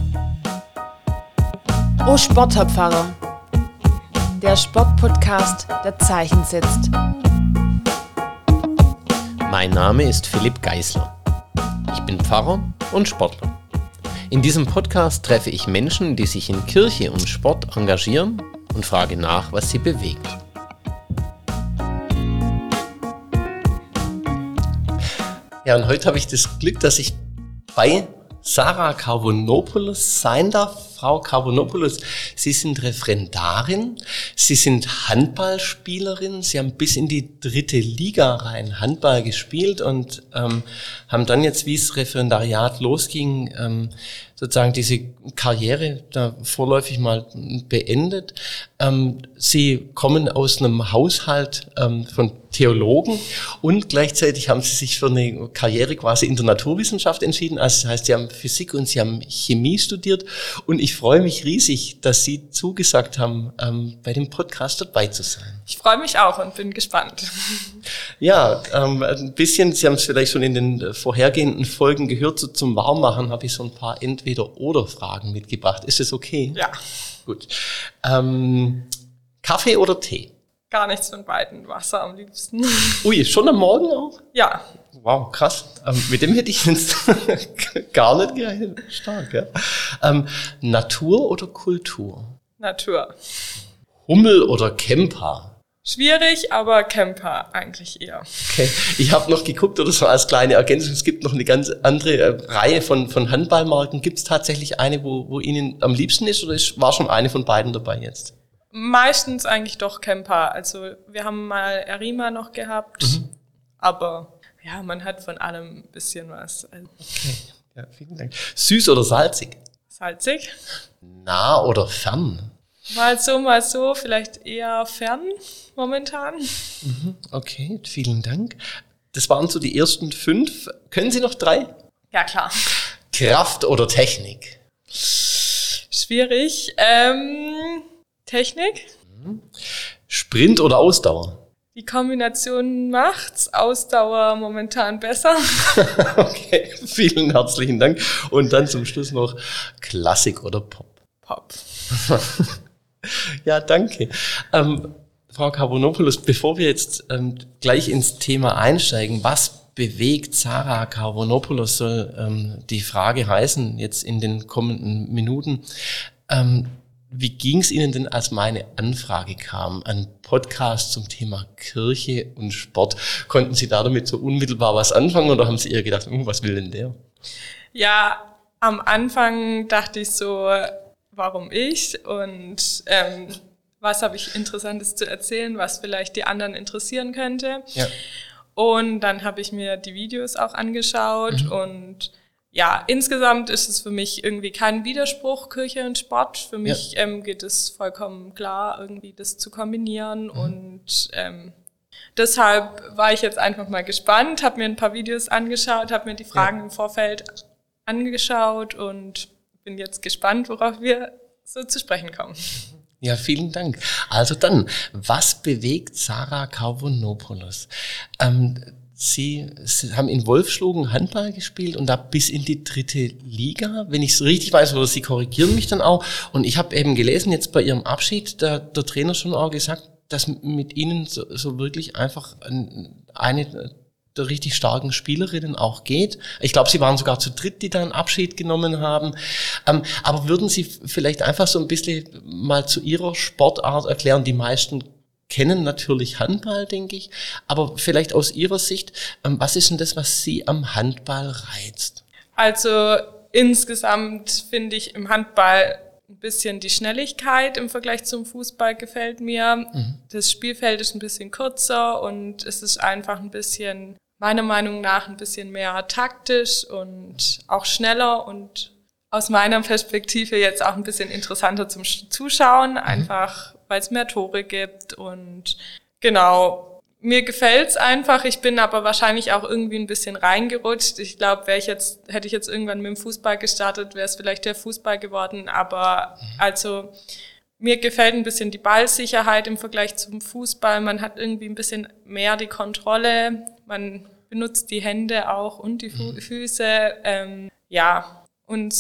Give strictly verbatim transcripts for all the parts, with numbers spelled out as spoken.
Oh Sportpfarrer, der Sportpodcast, der Zeichen setzt. Mein Name ist Philipp Geisler. Ich bin Pfarrer und Sportler. In diesem Podcast treffe ich Menschen, die sich in Kirche und Sport engagieren und frage nach, was sie bewegt. Ja, und heute habe ich das Glück, dass ich bei Sarah Karbonopoulos sein darf. Frau Karbonopoulos, Sie sind Referendarin, Sie sind Handballspielerin, Sie haben bis in die dritte Liga rein Handball gespielt und ähm, haben dann jetzt, wie es Referendariat losging, ähm, sozusagen diese Karriere da vorläufig mal beendet. Ähm, Sie kommen aus einem Haushalt ähm, von Theologen und gleichzeitig haben Sie sich für eine Karriere quasi in der Naturwissenschaft entschieden. Also das heißt, Sie haben Physik und Sie haben Chemie studiert und ich freue mich riesig, dass Sie zugesagt haben, ähm, bei dem Podcast dabei zu sein. Ich freue mich auch und bin gespannt. Ja, ähm, ein bisschen, Sie haben es vielleicht schon in den vorhergehenden Folgen gehört, so zum Warmmachen habe ich so ein paar Entweder-oder-Fragen mitgebracht. Ist das okay? Ja. Gut. Ähm, Kaffee oder Tee? Gar nichts von beiden. Wasser am liebsten. Ui, schon am Morgen auch? Ja. Wow, krass. Ähm, mit dem hätte ich jetzt gar nicht gerechnet. Stark, ja. Ähm, Natur oder Kultur? Natur. Hummel oder Camper? Schwierig, aber Camper eigentlich eher. Okay, ich habe noch geguckt, oder so als kleine Ergänzung, es gibt noch eine ganz andere äh, Reihe von von Handballmarken. Gibt es tatsächlich eine, wo wo Ihnen am liebsten ist, oder ist, war schon eine von beiden dabei jetzt? Meistens eigentlich doch Camper. Also wir haben mal Arima noch gehabt, mhm. aber ja, man hat von allem ein bisschen was. Okay, ja, vielen Dank. Süß oder salzig? Salzig. Nah oder fern? Mal so, mal so, vielleicht eher fern momentan. Mhm, okay, vielen Dank. Das waren so die ersten fünf. Können Sie noch drei? Ja, klar. Kraft oder Technik? Schwierig. Ähm, Technik. Sprint oder Ausdauer? Die Kombination macht's. Ausdauer momentan besser. Okay, vielen herzlichen Dank. Und dann zum Schluss noch Klassik oder Pop? Pop. Ja, danke. Ähm, Frau Karbonopoulos, bevor wir jetzt ähm, gleich ins Thema einsteigen, was bewegt Sarah Karbonopoulos, soll ähm, die Frage heißen, jetzt in den kommenden Minuten. Ähm, wie ging es Ihnen denn, als meine Anfrage kam, ein Podcast zum Thema Kirche und Sport? Konnten Sie da damit so unmittelbar was anfangen oder haben Sie eher gedacht, uh, was will denn der? Ja, am Anfang dachte ich so, warum ich und ähm, was habe ich Interessantes zu erzählen, was vielleicht die anderen interessieren könnte. Ja. Und dann habe ich mir die Videos auch angeschaut mhm. und ja, insgesamt ist es für mich irgendwie kein Widerspruch, Kirche und Sport. Für mich ja. ähm, geht es vollkommen klar, irgendwie das zu kombinieren mhm. und ähm, deshalb war ich jetzt einfach mal gespannt, habe mir ein paar Videos angeschaut, habe mir die Fragen ja. im Vorfeld angeschaut und bin jetzt gespannt, worauf wir so zu sprechen kommen. Ja, vielen Dank. Also dann, was bewegt Sarah Karbonopoulos? Ähm, Sie, Sie haben in Wolfschlugen Handball gespielt und da bis in die dritte Liga, wenn ich es richtig weiß, oder Sie korrigieren mich dann auch. Und ich habe eben gelesen, jetzt bei Ihrem Abschied, der, der Trainer schon auch gesagt, dass mit Ihnen so, so wirklich einfach eine der richtig starken Spielerinnen auch geht. Ich glaube, Sie waren sogar zu dritt, die da einen Abschied genommen haben. Ähm, aber würden Sie vielleicht einfach so ein bisschen mal zu Ihrer Sportart erklären? Die meisten kennen natürlich Handball, denke ich. Aber vielleicht aus Ihrer Sicht, ähm, was ist denn das, was Sie am Handball reizt? Also insgesamt finde ich im Handball ein bisschen die Schnelligkeit im Vergleich zum Fußball gefällt mir. Mhm. Das Spielfeld ist ein bisschen kürzer und es ist einfach ein bisschen, meiner Meinung nach, ein bisschen mehr taktisch und auch schneller und aus meiner Perspektive jetzt auch ein bisschen interessanter zum Zuschauen, mhm. einfach weil es mehr Tore gibt und genau, mir gefällt's einfach. Ich bin aber wahrscheinlich auch irgendwie ein bisschen reingerutscht. Ich glaube, wäre ich jetzt, hätte ich jetzt irgendwann mit dem Fußball gestartet, wäre es vielleicht der Fußball geworden. Aber mhm. also mir gefällt ein bisschen die Ballsicherheit im Vergleich zum Fußball. Man hat irgendwie ein bisschen mehr die Kontrolle. Man benutzt die Hände auch und die Fu- Füße. Ähm, ja, und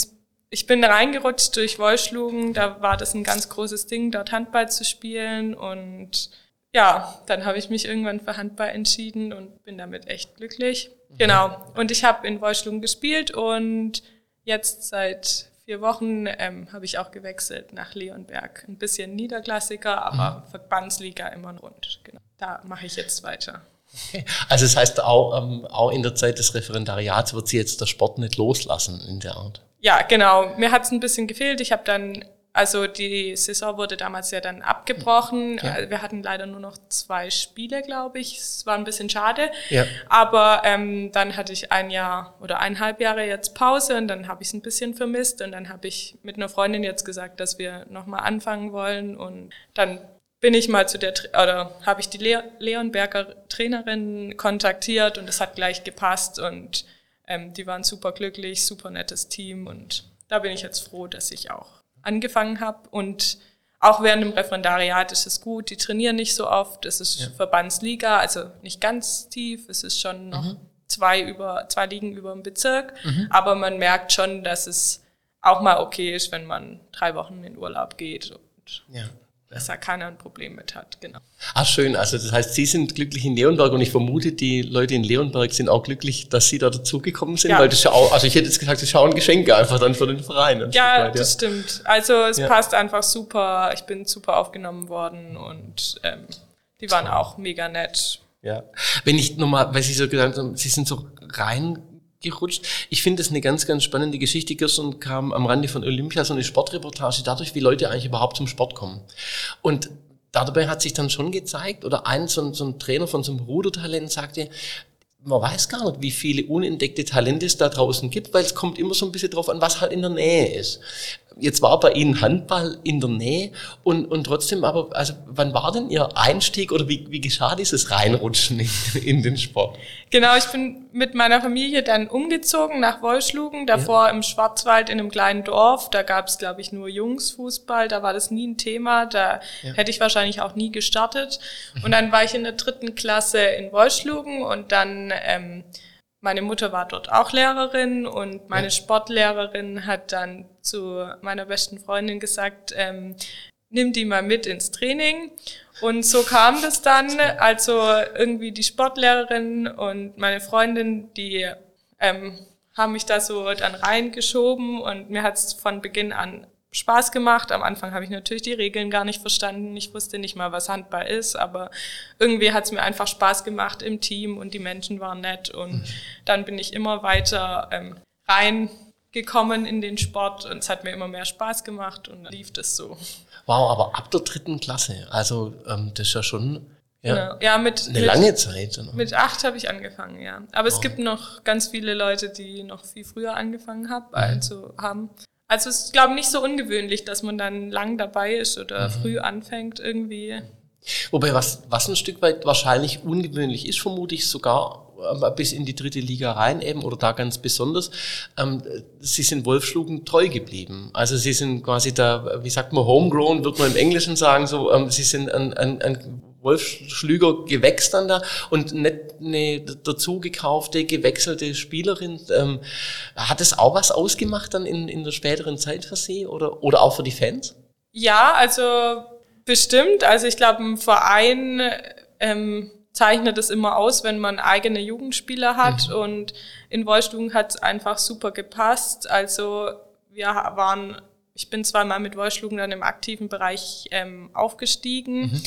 ich bin reingerutscht durch Wolschlugen, da war das ein ganz großes Ding, dort Handball zu spielen und ja, dann habe ich mich irgendwann für Handball entschieden und bin damit echt glücklich. Mhm. Genau, und ich habe in Wolschlugen gespielt und jetzt seit vier Wochen ähm, habe ich auch gewechselt nach Leonberg. Ein bisschen niederklassiger, aber mhm. Verbandsliga immer rund. Genau. Da mache ich jetzt weiter. Okay. Also das heißt, auch, ähm, auch in der Zeit des Referendariats wird sie jetzt der Sport nicht loslassen in der Art? Ja, genau. Mir hat es ein bisschen gefehlt. Ich habe dann, also die Saison wurde damals ja dann abgebrochen. Ja. Wir hatten leider nur noch zwei Spiele, glaube ich. Es war ein bisschen schade. Ja. Aber ähm, dann hatte ich ein Jahr oder eineinhalb Jahre jetzt Pause und dann habe ich es ein bisschen vermisst. Und dann habe ich mit einer Freundin jetzt gesagt, dass wir nochmal anfangen wollen. Und dann bin ich mal zu der, oder habe ich die Le- Leonberger Trainerin kontaktiert und es hat gleich gepasst und ähm, die waren super glücklich, super nettes Team und da bin ich jetzt froh, dass ich auch angefangen habe und auch während dem Referendariat ist es gut, die trainieren nicht so oft, es ist ja. Verbandsliga, also nicht ganz tief, es ist schon noch mhm. zwei über zwei Ligen über dem Bezirk, mhm. aber man merkt schon, dass es auch mal okay ist, wenn man drei Wochen in Urlaub geht und ja. dass da keiner ein Problem mit hat, genau. Ah, schön. Also das heißt, Sie sind glücklich in Leonberg und ich vermute, die Leute in Leonberg sind auch glücklich, dass Sie da dazugekommen sind, ja. weil das ist ja auch, also ich hätte jetzt gesagt, das ist auch ein Geschenk einfach dann für den Verein. Ja, weit, das ja. stimmt. Also es ja. passt einfach super. Ich bin super aufgenommen worden und ähm, die waren auch mega nett. Ja. Wenn ich nochmal, weil Sie so gesagt haben, Sie sind so rein gerutscht. Ich finde das eine ganz, ganz spannende Geschichte. Gestern kam am Rande von Olympia so eine Sportreportage dadurch, wie Leute eigentlich überhaupt zum Sport kommen. Und dabei hat sich dann schon gezeigt, oder ein so ein, so ein Trainer von so einem Rudertalent sagte, man weiß gar nicht, wie viele unentdeckte Talente es da draußen gibt, weil es kommt immer so ein bisschen drauf an, was halt in der Nähe ist. Jetzt war bei Ihnen Handball in der Nähe und, und trotzdem aber, also wann war denn Ihr Einstieg oder wie, wie geschah dieses Reinrutschen in, in den Sport? Genau, ich bin mit meiner Familie dann umgezogen nach Wolschlugen, davor ja. im Schwarzwald in einem kleinen Dorf, da gab es glaube ich nur Jungsfußball, da war das nie ein Thema, da ja. hätte ich wahrscheinlich auch nie gestartet und dann war ich in der dritten Klasse in Wolschlugen und dann ähm, meine Mutter war dort auch Lehrerin und meine ja. Sportlehrerin hat dann zu meiner besten Freundin gesagt, ähm, nimm die mal mit ins Training. Und so kam das dann, also irgendwie die Sportlehrerin und meine Freundin, die ähm, haben mich da so dann reingeschoben und mir hat es von Beginn an Spaß gemacht. Am Anfang habe ich natürlich die Regeln gar nicht verstanden. Ich wusste nicht mal, was Handball ist, aber irgendwie hat es mir einfach Spaß gemacht im Team und die Menschen waren nett und mhm. dann bin ich immer weiter ähm, reingekommen in den Sport und es hat mir immer mehr Spaß gemacht und dann lief das so. Wow, aber ab der dritten Klasse, also ähm, das ist ja schon ja, genau. ja, mit, eine mit, lange Zeit. Oder? Mit acht habe ich angefangen, ja. Aber oh. es gibt noch ganz viele Leute, die noch viel früher angefangen haben, also haben. Also es ist, glaube ich, nicht so ungewöhnlich, dass man dann lang dabei ist oder mhm. früh anfängt irgendwie. Wobei, was, was ein Stück weit wahrscheinlich ungewöhnlich ist, vermute ich sogar äh, bis in die dritte Liga rein eben oder da ganz besonders, ähm, Sie sind Wolfschlugen treu geblieben. Also Sie sind quasi da, wie sagt man, homegrown, wird man im Englischen sagen, so, ähm, Sie sind ein, ein, ein Wolfschlüger Gewächs dann da und nicht eine dazu gekaufte, gewechselte Spielerin. Ähm, hat es auch was ausgemacht dann in, in der späteren Zeit für Sie oder, oder auch für die Fans? Ja, also bestimmt. Also ich glaube, ein Verein ähm, zeichnet es immer aus, wenn man eigene Jugendspieler hat mhm. und in Wolfschlugen hat es einfach super gepasst. Also wir waren, ich bin zweimal mit Wolfschlugen dann im aktiven Bereich ähm, aufgestiegen. Mhm.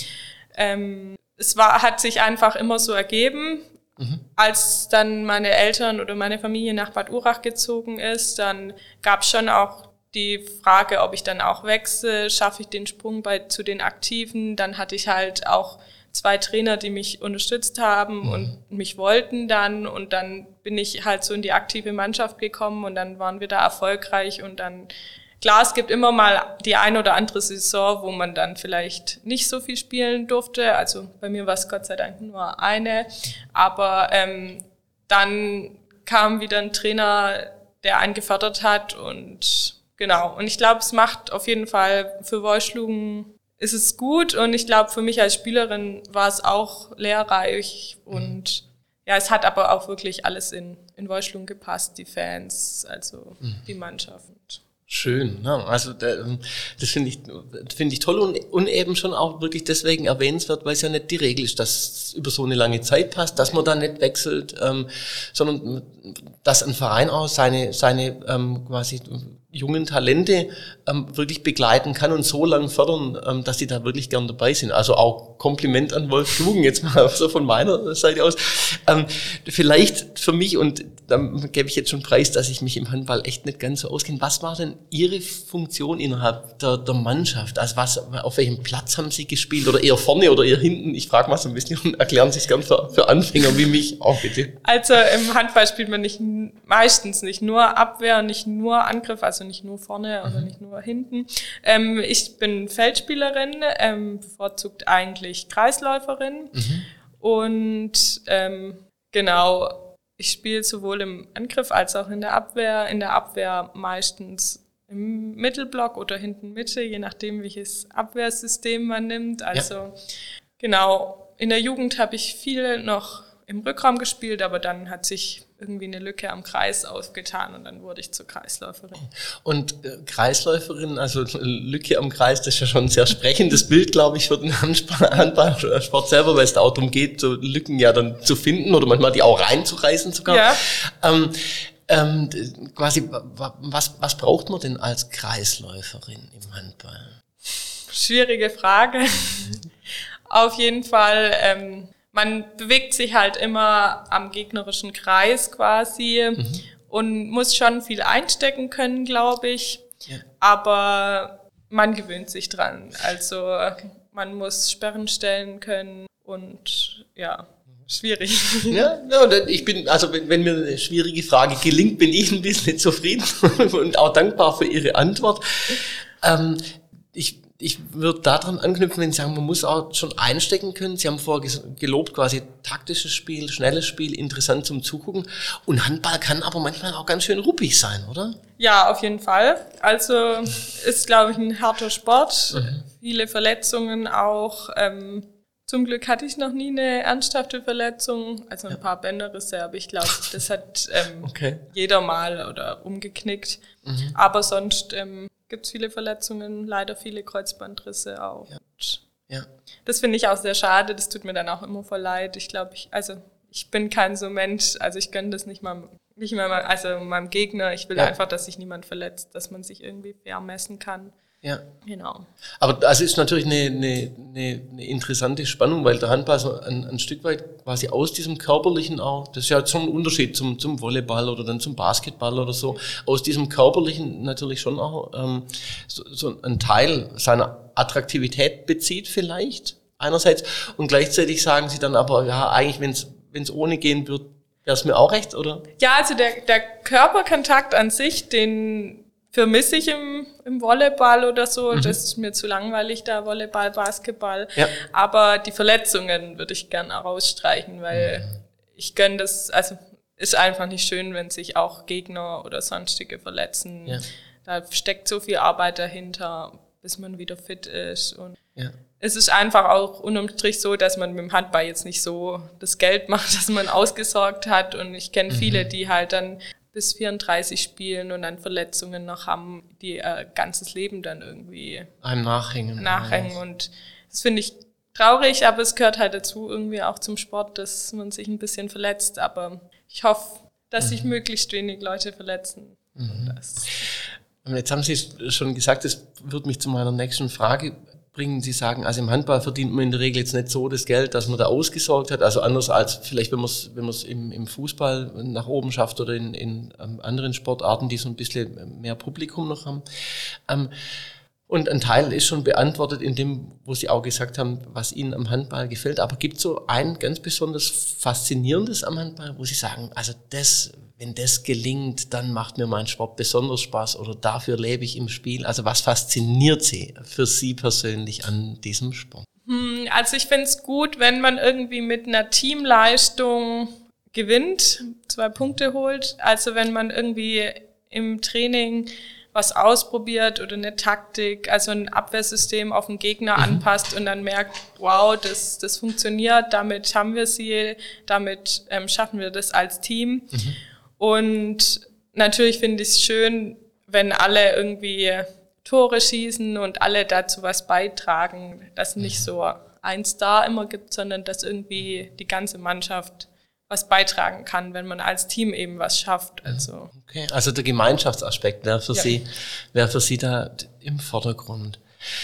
Ähm, es war, hat sich einfach immer so ergeben. Mhm. Als dann meine Eltern oder meine Familie nach Bad Urach gezogen ist, dann gab es schon auch die Frage, ob ich dann auch wechsle, schaffe ich den Sprung bei zu den Aktiven. Dann hatte ich halt auch zwei Trainer, die mich unterstützt haben mhm. und mich wollten dann. Und dann bin ich halt so in die aktive Mannschaft gekommen und dann waren wir da erfolgreich und dann klar, es gibt immer mal die ein oder andere Saison, wo man dann vielleicht nicht so viel spielen durfte. Also bei mir war es Gott sei Dank nur eine. Aber ähm, dann kam wieder ein Trainer, der einen gefördert hat. Und genau. Und ich glaube, es macht auf jeden Fall für Wolfschlugen ist es gut. Und ich glaube, für mich als Spielerin war es auch lehrreich. Und ja, es hat aber auch wirklich alles in, in Wolfschlugen gepasst. Die Fans, also mhm. die Mannschaft. Schön, ne? Also das finde ich, finde ich toll und, und eben schon auch wirklich deswegen erwähnenswert, weil es ja nicht die Regel ist, dass es über so eine lange Zeit passt, dass man da nicht wechselt, ähm, sondern dass ein Verein auch seine seine ähm, quasi jungen Talente ähm, wirklich begleiten kann und so lange fördern, ähm, dass sie da wirklich gern dabei sind. Also auch Kompliment an Wolf Klugen, jetzt mal so von meiner Seite aus. Ähm, vielleicht für mich, und dann gebe ich jetzt schon preis, dass ich mich im Handball echt nicht ganz so auskenne. Was war denn Ihre Funktion innerhalb der, der Mannschaft? Also was, auf welchem Platz haben Sie gespielt? Oder eher vorne oder eher hinten? Ich frage mal so ein bisschen und erklären Sie es gern für, für Anfänger wie mich auch bitte. Also im Handball spielt man nicht meistens nicht nur Abwehr, nicht nur Angriff, also nicht nur vorne oder mhm. nicht nur hinten. Ähm, ich bin Feldspielerin, ähm, bevorzugt eigentlich Kreisläuferin mhm. und ähm, genau. Ich spiele sowohl im Angriff als auch in der Abwehr. In der Abwehr meistens im Mittelblock oder hinten Mitte, je nachdem, welches Abwehrsystem man nimmt. Also ja. Genau, in der Jugend habe ich viel noch im Rückraum gespielt, aber dann hat sich irgendwie eine Lücke am Kreis aufgetan und dann wurde ich zur Kreisläuferin. Und äh, Kreisläuferin, also Lücke am Kreis, das ist ja schon ein sehr sprechendes Bild, glaube ich, für den Handballsport selber, weil es da auch darum geht, so Lücken ja dann zu finden oder manchmal die auch reinzureißen sogar. Ja. Ähm, ähm, quasi, was, was braucht man denn als Kreisläuferin im Handball? Schwierige Frage. Auf jeden Fall, ähm, man bewegt sich halt immer am gegnerischen Kreis quasi mhm. und muss schon viel einstecken können, glaube ich. Ja. Aber man gewöhnt sich dran. Also man muss Sperren stellen können und ja, schwierig. Ja, ja, ich bin, also wenn, wenn mir eine schwierige Frage gelingt, bin ich ein bisschen zufrieden und auch dankbar für Ihre Antwort. Ähm, ich Ich würde daran anknüpfen, wenn Sie sagen, man muss auch schon einstecken können. Sie haben vorher gelobt, quasi taktisches Spiel, schnelles Spiel, interessant zum Zugucken. Und Handball kann aber manchmal auch ganz schön ruppig sein, oder? Ja, auf jeden Fall. Also ist, glaube ich, ein harter Sport. Mhm. Viele Verletzungen auch. Ähm, zum Glück hatte ich noch nie eine ernsthafte Verletzung. Also ein ja. paar Bänderrisse, aber ich glaube, das hat ähm, okay. jeder mal oder umgeknickt. Mhm. Aber sonst ähm, gibt es viele Verletzungen, leider viele Kreuzbandrisse auch. Ja. Ja. Das finde ich auch sehr schade, das tut mir dann auch immer voll leid. Ich glaube, ich, also ich bin kein so Mensch, also ich gönne das nicht mal, nicht mal also meinem Gegner. Ich will ja. einfach, dass sich niemand verletzt, dass man sich irgendwie fair messen kann. Ja. Genau. Aber also ist natürlich eine, eine, eine, eine interessante Spannung, weil der Handball so ein, ein Stück weit quasi aus diesem Körperlichen auch, das ist ja so ein Unterschied zum, zum Volleyball oder dann zum Basketball oder so, aus diesem Körperlichen natürlich schon auch ähm, so, so ein Teil seiner Attraktivität bezieht vielleicht einerseits und gleichzeitig sagen sie dann aber, ja eigentlich wenn es wenn es ohne gehen wird, wäre es mir auch recht, oder? Ja, also der, der Körperkontakt an sich, den vermisse ich im, im Volleyball oder so. Mhm. Das ist mir zu langweilig, da Volleyball, Basketball. Ja. Aber die Verletzungen würde ich gerne rausstreichen, weil mhm. ich gönne das, also ist einfach nicht schön, wenn sich auch Gegner oder sonstige verletzen. Ja. Da steckt so viel Arbeit dahinter, bis man wieder fit ist. Und ja. es ist einfach auch unterm Strich so, dass man mit dem Handball jetzt nicht so das Geld macht, dass man ausgesorgt hat. Und ich kenne mhm. viele, die halt dann bis vierunddreißig spielen und dann Verletzungen noch haben, die ihr ganzes Leben dann irgendwie einem nachhängen. nachhängen. Und das finde ich traurig, aber es gehört halt dazu irgendwie auch zum Sport, dass man sich ein bisschen verletzt. Aber ich hoffe, dass sich mhm. möglichst wenig Leute verletzen. Mhm. Das. Jetzt haben Sie schon gesagt, das wird mich zu meiner nächsten Frage bringen. Sie sagen, also im Handball verdient man in der Regel jetzt nicht so das Geld, dass man da ausgesorgt hat. Also anders als vielleicht, wenn man es wenn man es im, im Fußball nach oben schafft oder in, in ähm, anderen Sportarten, die so ein bisschen mehr Publikum noch haben. Ähm, und ein Teil ist schon beantwortet in dem, wo Sie auch gesagt haben, was Ihnen am Handball gefällt. Aber gibt es so ein ganz besonders Faszinierendes am Handball, wo Sie sagen, also das, wenn das gelingt, dann macht mir mein Sport besonders Spaß oder dafür lebe ich im Spiel. Also was fasziniert Sie für Sie persönlich an diesem Sport? Also ich finde es gut, wenn man irgendwie mit einer Teamleistung gewinnt, zwei Punkte holt. Also wenn man irgendwie im Training was ausprobiert oder eine Taktik, also ein Abwehrsystem auf den Gegner mhm. anpasst und dann merkt, wow, das, das funktioniert, damit haben wir sie, damit ähm, schaffen wir das als Team. Mhm. Und natürlich finde ich es schön, wenn alle irgendwie Tore schießen und alle dazu was beitragen, dass nicht so ein Star immer gibt, sondern dass irgendwie die ganze Mannschaft was beitragen kann, wenn man als Team eben was schafft. Also, okay, also der Gemeinschaftsaspekt wäre für ja. Sie, wäre für Sie da im Vordergrund.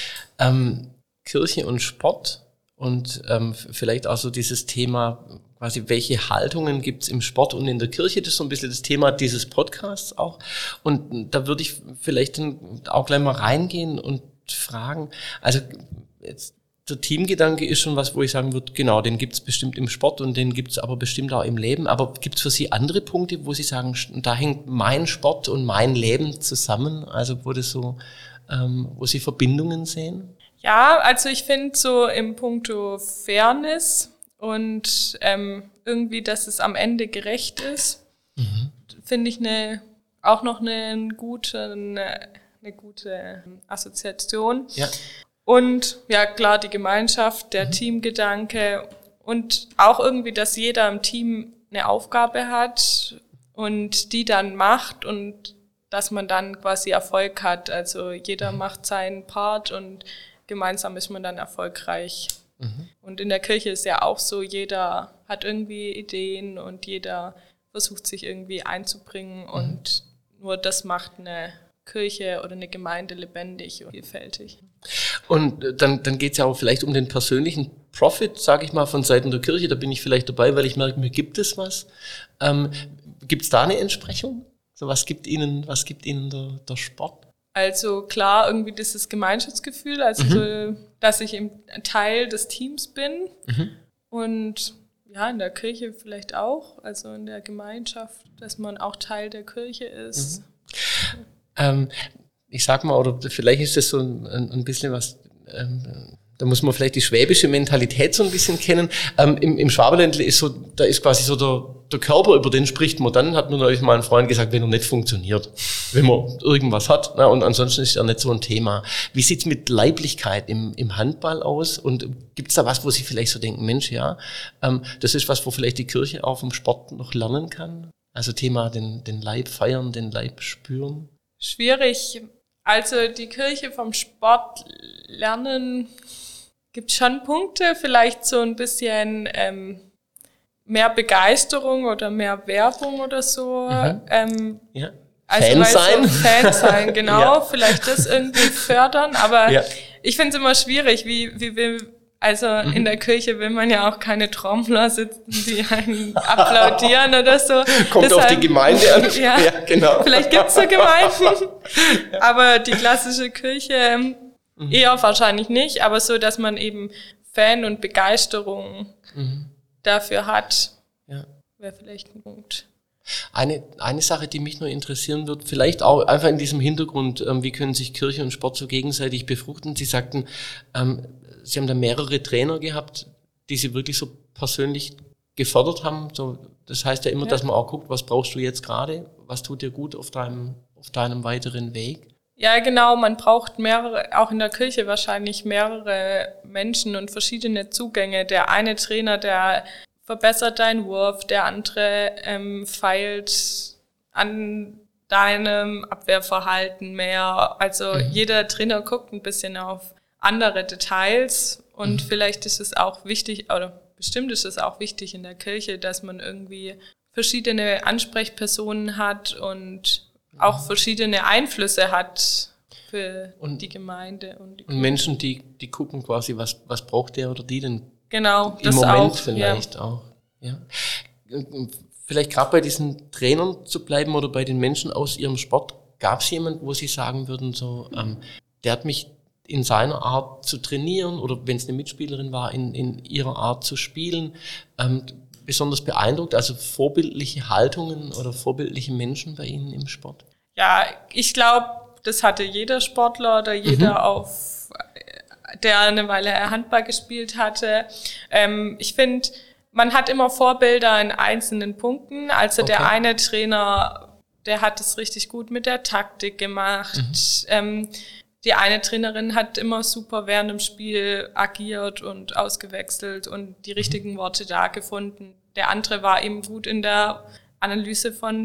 Ähm, Kirche und Sport und ähm, vielleicht auch so dieses Thema, quasi welche Haltungen gibt's im Sport und in der Kirche, das ist so ein bisschen das Thema dieses Podcasts auch. Und da würde ich vielleicht dann auch gleich mal reingehen und fragen, also jetzt der Teamgedanke ist schon was, wo ich sagen würde, genau, den gibt's bestimmt im Sport und den gibt's aber bestimmt auch im Leben. Aber gibt's für Sie andere Punkte, wo Sie sagen, da hängt mein Sport und mein Leben zusammen? Also wo das so, ähm, wo Sie Verbindungen sehen? Ja, also ich finde so im Puncto Fairness und ähm, irgendwie, dass es am Ende gerecht ist, mhm. finde ich eine, auch noch eine gute, eine, eine gute Assoziation. Ja. Und ja, klar, die Gemeinschaft, der mhm. Teamgedanke und auch irgendwie, dass jeder im Team eine Aufgabe hat und die dann macht und dass man dann quasi Erfolg hat. Also jeder mhm. macht seinen Part und gemeinsam ist man dann erfolgreich. Mhm. Und in der Kirche ist ja auch so, jeder hat irgendwie Ideen und jeder versucht sich irgendwie einzubringen mhm. und nur das macht eine Kirche oder eine Gemeinde lebendig und vielfältig. Und dann, dann geht es ja auch vielleicht um den persönlichen Profit, sage ich mal, von Seiten der Kirche. Da bin ich vielleicht dabei, weil ich merke, mir gibt es was. Ähm, gibt es da eine Entsprechung? So, was gibt Ihnen, was gibt Ihnen der, der Sport? Also klar, irgendwie dieses Gemeinschaftsgefühl, also mhm. so, dass ich ein Teil des Teams bin mhm. und ja, in der Kirche vielleicht auch, also in der Gemeinschaft, dass man auch Teil der Kirche ist. Mhm. Ähm, ich sag mal, oder vielleicht ist das so ein, ein bisschen was, ähm, da muss man vielleicht die schwäbische Mentalität so ein bisschen kennen. Ähm, im, Im Schwaberländle ist so, da ist quasi so der, der Körper, über den spricht man dann, hat mir neulich mal ein Freund gesagt, wenn er nicht funktioniert, wenn man irgendwas hat, na, und ansonsten ist er nicht so ein Thema. Wie sieht's mit Leiblichkeit im, im Handball aus? Und gibt's da was, wo Sie vielleicht so denken, Mensch, ja, ähm, das ist was, wo vielleicht die Kirche auch vom Sport noch lernen kann? Also Thema den, den Leib feiern, den Leib spüren? Schwierig. Also die Kirche vom Sport lernen gibt schon Punkte, vielleicht so ein bisschen ähm, mehr Begeisterung oder mehr Werbung oder so. Mhm. Ähm, ja. Also Fan sein. So Fan sein, genau. Ja. Vielleicht das irgendwie fördern. Aber ja. ich finde es immer schwierig, wie, wie will, also mhm. in der Kirche will man ja auch keine Trommler sitzen, die einen applaudieren oder so. Kommt Deshalb, auf die Gemeinde an. Ja, ja, genau. Vielleicht gibt's so Gemeinden. Ja. Aber die klassische Kirche mhm. eher wahrscheinlich nicht. Aber so, dass man eben Fan und Begeisterung mhm. dafür hat, ja. wäre vielleicht ein Punkt. Eine, eine Sache, die mich nur interessieren wird, vielleicht auch einfach in diesem Hintergrund, ähm, wie können sich Kirche und Sport so gegenseitig befruchten? Sie sagten, ähm, Sie haben da mehrere Trainer gehabt, die Sie wirklich so persönlich gefördert haben. So, das heißt ja immer, ja. dass man auch guckt, was brauchst du jetzt gerade? Was tut dir gut auf deinem, auf deinem weiteren Weg? Ja, genau. Man braucht mehrere, auch in der Kirche wahrscheinlich mehrere Menschen und verschiedene Zugänge. Der eine Trainer, der verbessert deinen Wurf, der andere ähm, feilt an deinem Abwehrverhalten mehr. Also mhm. jeder Trainer guckt ein bisschen auf andere Details und mhm. vielleicht ist es auch wichtig, oder bestimmt ist es auch wichtig in der Kirche, dass man irgendwie verschiedene Ansprechpersonen hat und mhm. auch verschiedene Einflüsse hat für und, die Gemeinde. Und, die und Menschen, die die gucken quasi, was was braucht der oder die denn genau, im das Moment auch, vielleicht ja. auch. Ja. Vielleicht gerade bei diesen Trainern zu bleiben oder bei den Menschen aus ihrem Sport, gab es jemanden, wo Sie sagen würden, so, ähm, der hat mich in seiner Art zu trainieren oder wenn es eine Mitspielerin war, in, in ihrer Art zu spielen, ähm, besonders beeindruckt, also vorbildliche Haltungen oder vorbildliche Menschen bei Ihnen im Sport? Ja, ich glaube, das hatte jeder Sportler oder jeder mhm. auf, der eine Weile Handball gespielt hatte. Ähm, ich finde, man hat immer Vorbilder in einzelnen Punkten. Also okay. der eine Trainer, der hat es richtig gut mit der Taktik gemacht. Mhm. Ähm, die eine Trainerin hat immer super während dem Spiel agiert und ausgewechselt und die richtigen Worte da gefunden. Der andere war eben gut in der Analyse von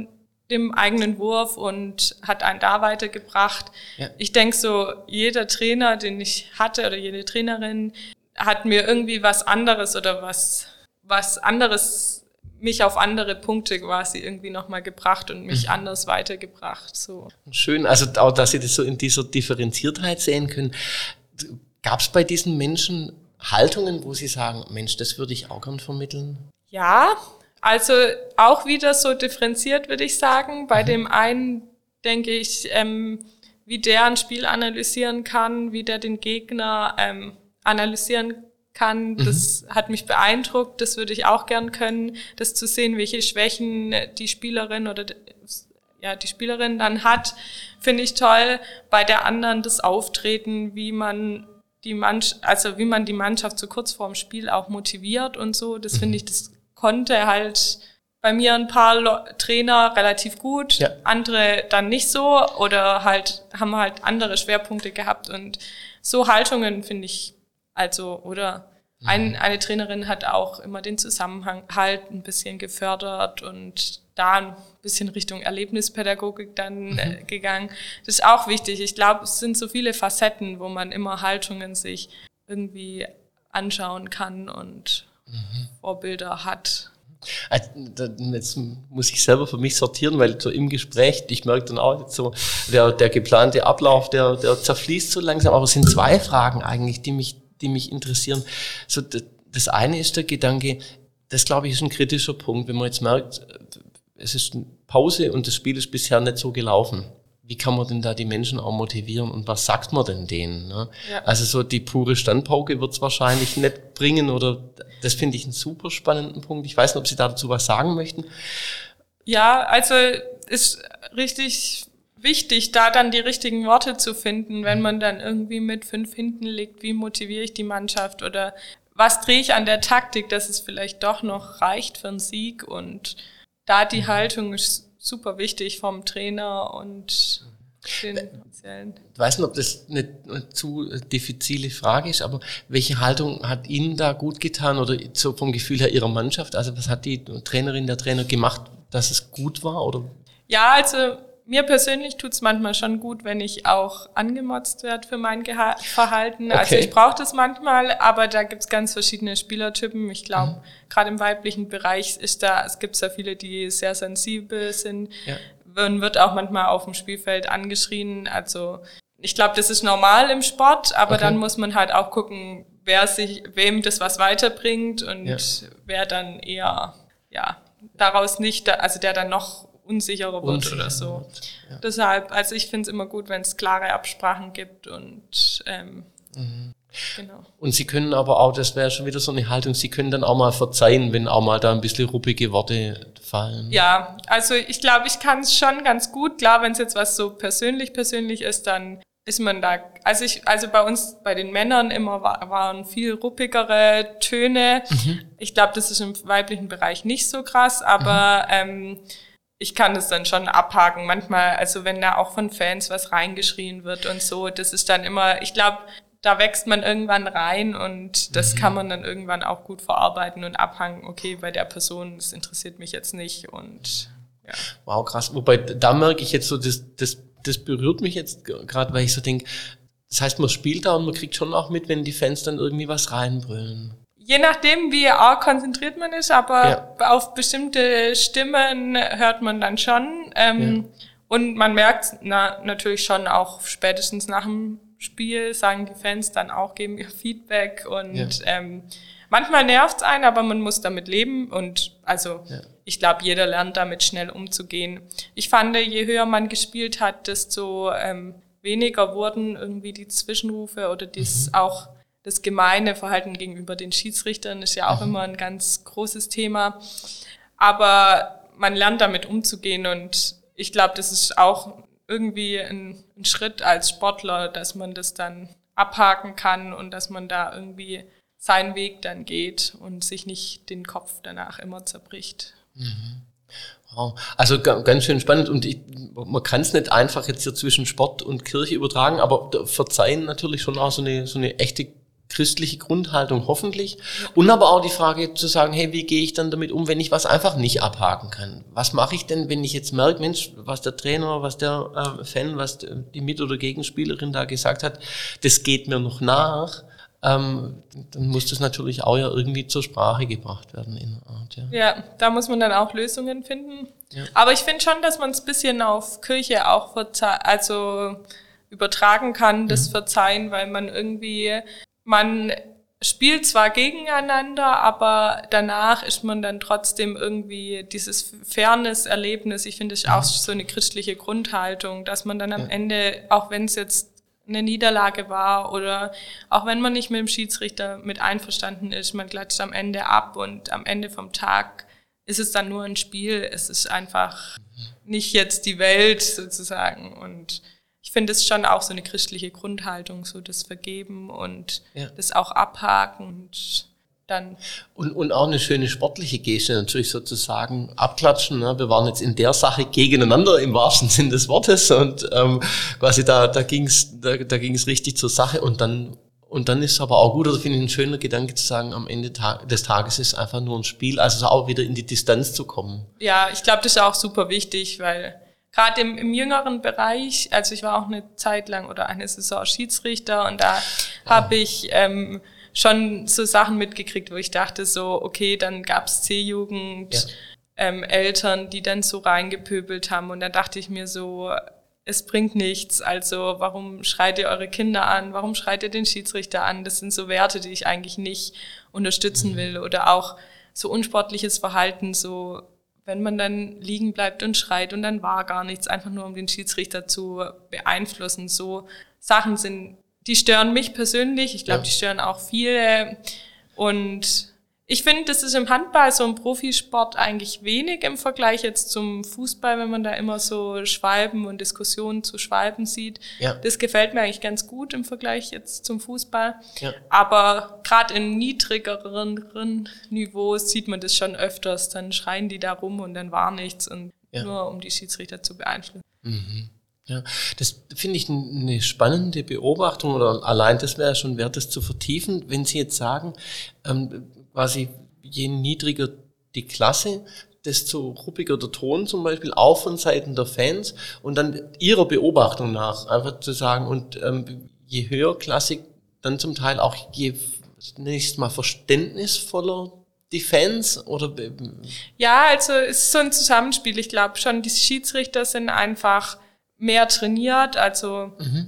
dem eigenen Wurf und hat einen da weitergebracht. Ja. Ich denke so, jeder Trainer, den ich hatte oder jede Trainerin, hat mir irgendwie was anderes oder was, was anderes, mich auf andere Punkte quasi irgendwie nochmal gebracht und mich mhm. anders weitergebracht. So. Schön, also auch, dass Sie das so in dieser Differenziertheit sehen können. Gab es bei diesen Menschen Haltungen, wo Sie sagen, Mensch, das würde ich auch gern vermitteln? Ja, also auch wieder so differenziert, würde ich sagen. Bei mhm. dem einen denke ich, ähm, wie der ein Spiel analysieren kann, wie der den Gegner ähm, analysieren kann, mhm. das hat mich beeindruckt. Das würde ich auch gern können, das zu sehen, welche Schwächen die Spielerin oder ja die Spielerin dann hat, finde ich toll. Bei der anderen das Auftreten, wie man die Mannschaft, also wie man die Mannschaft so kurz vorm Spiel auch motiviert und so, das mhm. finde ich, das konnte halt bei mir ein paar Lo- Trainer relativ gut, ja. andere dann nicht so oder halt haben halt andere Schwerpunkte gehabt und so Haltungen finde ich, also oder mhm. ein, eine Trainerin hat auch immer den Zusammenhang halt ein bisschen gefördert und da ein bisschen Richtung Erlebnispädagogik dann mhm. äh, gegangen. Das ist auch wichtig. Ich glaube, es sind so viele Facetten, wo man immer Haltungen sich irgendwie anschauen kann und mhm. Vorbilder hat. Also, jetzt muss ich selber für mich sortieren, weil so im Gespräch, ich merke dann auch so, der, der geplante Ablauf, der, der zerfließt so langsam, aber es sind zwei Fragen eigentlich, die mich, die mich interessieren. So, das eine ist der Gedanke, das glaube ich ist ein kritischer Punkt, wenn man jetzt merkt, es ist eine Pause und das Spiel ist bisher nicht so gelaufen. Wie kann man denn da die Menschen auch motivieren und was sagt man denn denen? Ne? Ja. Also so die pure Standpauke wird es wahrscheinlich nicht bringen oder das finde ich einen super spannenden Punkt. Ich weiß nicht, ob Sie dazu was sagen möchten. Ja, also ist richtig wichtig, da dann die richtigen Worte zu finden, wenn man dann irgendwie mit fünf hinten liegt, wie motiviere ich die Mannschaft oder was drehe ich an der Taktik, dass es vielleicht doch noch reicht für einen Sieg und da die Haltung ist super wichtig vom Trainer und den Offiziellen. Ich weiß nicht, ob das eine zu diffizile Frage ist, aber welche Haltung hat Ihnen da gut getan oder so vom Gefühl her Ihrer Mannschaft? Also was hat die Trainerin, der Trainer gemacht, dass es gut war? Oder? Ja, also mir persönlich tut's manchmal schon gut, wenn ich auch angemotzt werde für mein Geha- Verhalten. Okay. Also ich brauche das manchmal, aber da gibt's ganz verschiedene Spielertypen. Ich glaube, mhm. gerade im weiblichen Bereich ist da, es gibt ja viele, die sehr sensibel sind. Ja. Man wird auch manchmal auf dem Spielfeld angeschrien. Also ich glaube, das ist normal im Sport, aber okay. dann muss man halt auch gucken, wer sich, wem das was weiterbringt und ja. wer dann eher, ja, daraus nicht, also der dann noch unsicherer wird Unsicher oder so. Ja. Deshalb, also ich finde es immer gut, wenn es klare Absprachen gibt und ähm, mhm. genau. Und Sie können aber auch, das wäre schon wieder so eine Haltung, Sie können dann auch mal verzeihen, wenn auch mal da ein bisschen ruppige Worte fallen. Ja, also ich glaube, ich kann es schon ganz gut. Klar, wenn es jetzt was so persönlich persönlich ist, dann ist man da, also ich, also bei uns, bei den Männern immer war, waren viel ruppigere Töne. Mhm. Ich glaube, das ist im weiblichen Bereich nicht so krass, aber mhm. ähm, ich kann das dann schon abhaken. Manchmal, also wenn da auch von Fans was reingeschrien wird und so, das ist dann immer, ich glaube, da wächst man irgendwann rein und das mhm. kann man dann irgendwann auch gut verarbeiten und abhangen, okay, bei der Person, das interessiert mich jetzt nicht und ja. Wow, krass. Wobei, da merke ich jetzt so, das, das, das berührt mich jetzt gerade, weil ich so denke, das heißt, man spielt da und man kriegt schon auch mit, wenn die Fans dann irgendwie was reinbrüllen. Je nachdem, wie arg konzentriert man ist, aber ja. auf bestimmte Stimmen hört man dann schon. Ähm, ja. Und man merkt na, natürlich schon auch spätestens nach dem Spiel, sagen die Fans dann auch, geben ihr Feedback. Und ja. ähm, manchmal nervt's einen, aber man muss damit leben. Und also ja. ich glaube, jeder lernt damit schnell umzugehen. Ich fand, je höher man gespielt hat, desto ähm, weniger wurden irgendwie die Zwischenrufe oder das mhm. auch das gemeine Verhalten gegenüber den Schiedsrichtern ist ja auch mhm. immer ein ganz großes Thema. Aber man lernt damit umzugehen und ich glaube, das ist auch irgendwie ein, ein Schritt als Sportler, dass man das dann abhaken kann und dass man da irgendwie seinen Weg dann geht und sich nicht den Kopf danach immer zerbricht. Mhm. Wow. Also ganz schön spannend und ich, man kann es nicht einfach jetzt hier zwischen Sport und Kirche übertragen, aber Verzeihen natürlich schon auch so eine, so eine echte christliche Grundhaltung hoffentlich. Und aber auch die Frage zu sagen, hey, wie gehe ich dann damit um, wenn ich was einfach nicht abhaken kann? Was mache ich denn, wenn ich jetzt merke, Mensch, was der Trainer, was der äh, Fan, was die Mit- oder Gegenspielerin da gesagt hat, das geht mir noch nach. Ähm, dann muss das natürlich auch ja irgendwie zur Sprache gebracht werden in der Art. Ja, ja, da muss man dann auch Lösungen finden. Ja. Aber ich finde schon, dass man es ein bisschen auf Kirche auch verze- also übertragen kann, das mhm. Verzeihen, weil man irgendwie, man spielt zwar gegeneinander, aber danach ist man dann trotzdem irgendwie dieses Fairness-Erlebnis. Ich finde, das ist auch so eine christliche Grundhaltung, dass man dann am ja. Ende, auch wenn es jetzt eine Niederlage war oder auch wenn man nicht mit dem Schiedsrichter mit einverstanden ist, man klatscht am Ende ab und am Ende vom Tag ist es dann nur ein Spiel. Es ist einfach nicht jetzt die Welt sozusagen. Und ich finde es schon auch so eine christliche Grundhaltung, so das Vergeben und ja. das auch abhaken und dann. Und, und auch eine schöne sportliche Geste natürlich sozusagen abklatschen. Ne? Wir waren jetzt in der Sache gegeneinander im wahrsten Sinn des Wortes und ähm, quasi da da ging's da, da ging's richtig zur Sache und dann und dann ist aber auch gut, oder finde ich ein schöner Gedanke zu sagen, am Ende des Tages ist einfach nur ein Spiel, also auch wieder in die Distanz zu kommen. Ja, ich glaube, das ist auch super wichtig, weil gerade im, im jüngeren Bereich, also ich war auch eine Zeit lang oder eine Saison Schiedsrichter und da oh. habe ich ähm, schon so Sachen mitgekriegt, wo ich dachte so, okay, dann gab's C-Jugend, ja. ähm, Eltern, die dann so reingepöbelt haben und dann dachte ich mir so, es bringt nichts, also warum schreit ihr eure Kinder an, warum schreit ihr den Schiedsrichter an, das sind so Werte, die ich eigentlich nicht unterstützen mhm. will oder auch so unsportliches Verhalten, so wenn man dann liegen bleibt und schreit und dann war gar nichts, einfach nur um den Schiedsrichter zu beeinflussen, so Sachen sind, die stören mich persönlich, ich glaube, ja. die stören auch viele und ich finde, das ist im Handball so ein Profisport eigentlich wenig im Vergleich jetzt zum Fußball, wenn man da immer so Schwalben und Diskussionen zu Schwalben sieht. Ja. Das gefällt mir eigentlich ganz gut im Vergleich jetzt zum Fußball. Ja. Aber gerade in niedrigeren Niveaus sieht man das schon öfters. Dann schreien die da rum und dann war nichts und ja. nur um die Schiedsrichter zu beeinflussen. Mhm. Ja, das finde ich eine spannende Beobachtung oder allein das wäre schon wert, das zu vertiefen, wenn Sie jetzt sagen, ähm, quasi je niedriger die Klasse, desto ruppiger der Ton zum Beispiel, auch von Seiten der Fans und dann Ihrer Beobachtung nach einfach zu sagen und ähm, je höherklassig dann zum Teil auch je nächstes Mal verständnisvoller die Fans oder? Ja, also es ist so ein Zusammenspiel. Ich glaube schon, die Schiedsrichter sind einfach mehr trainiert, also mhm.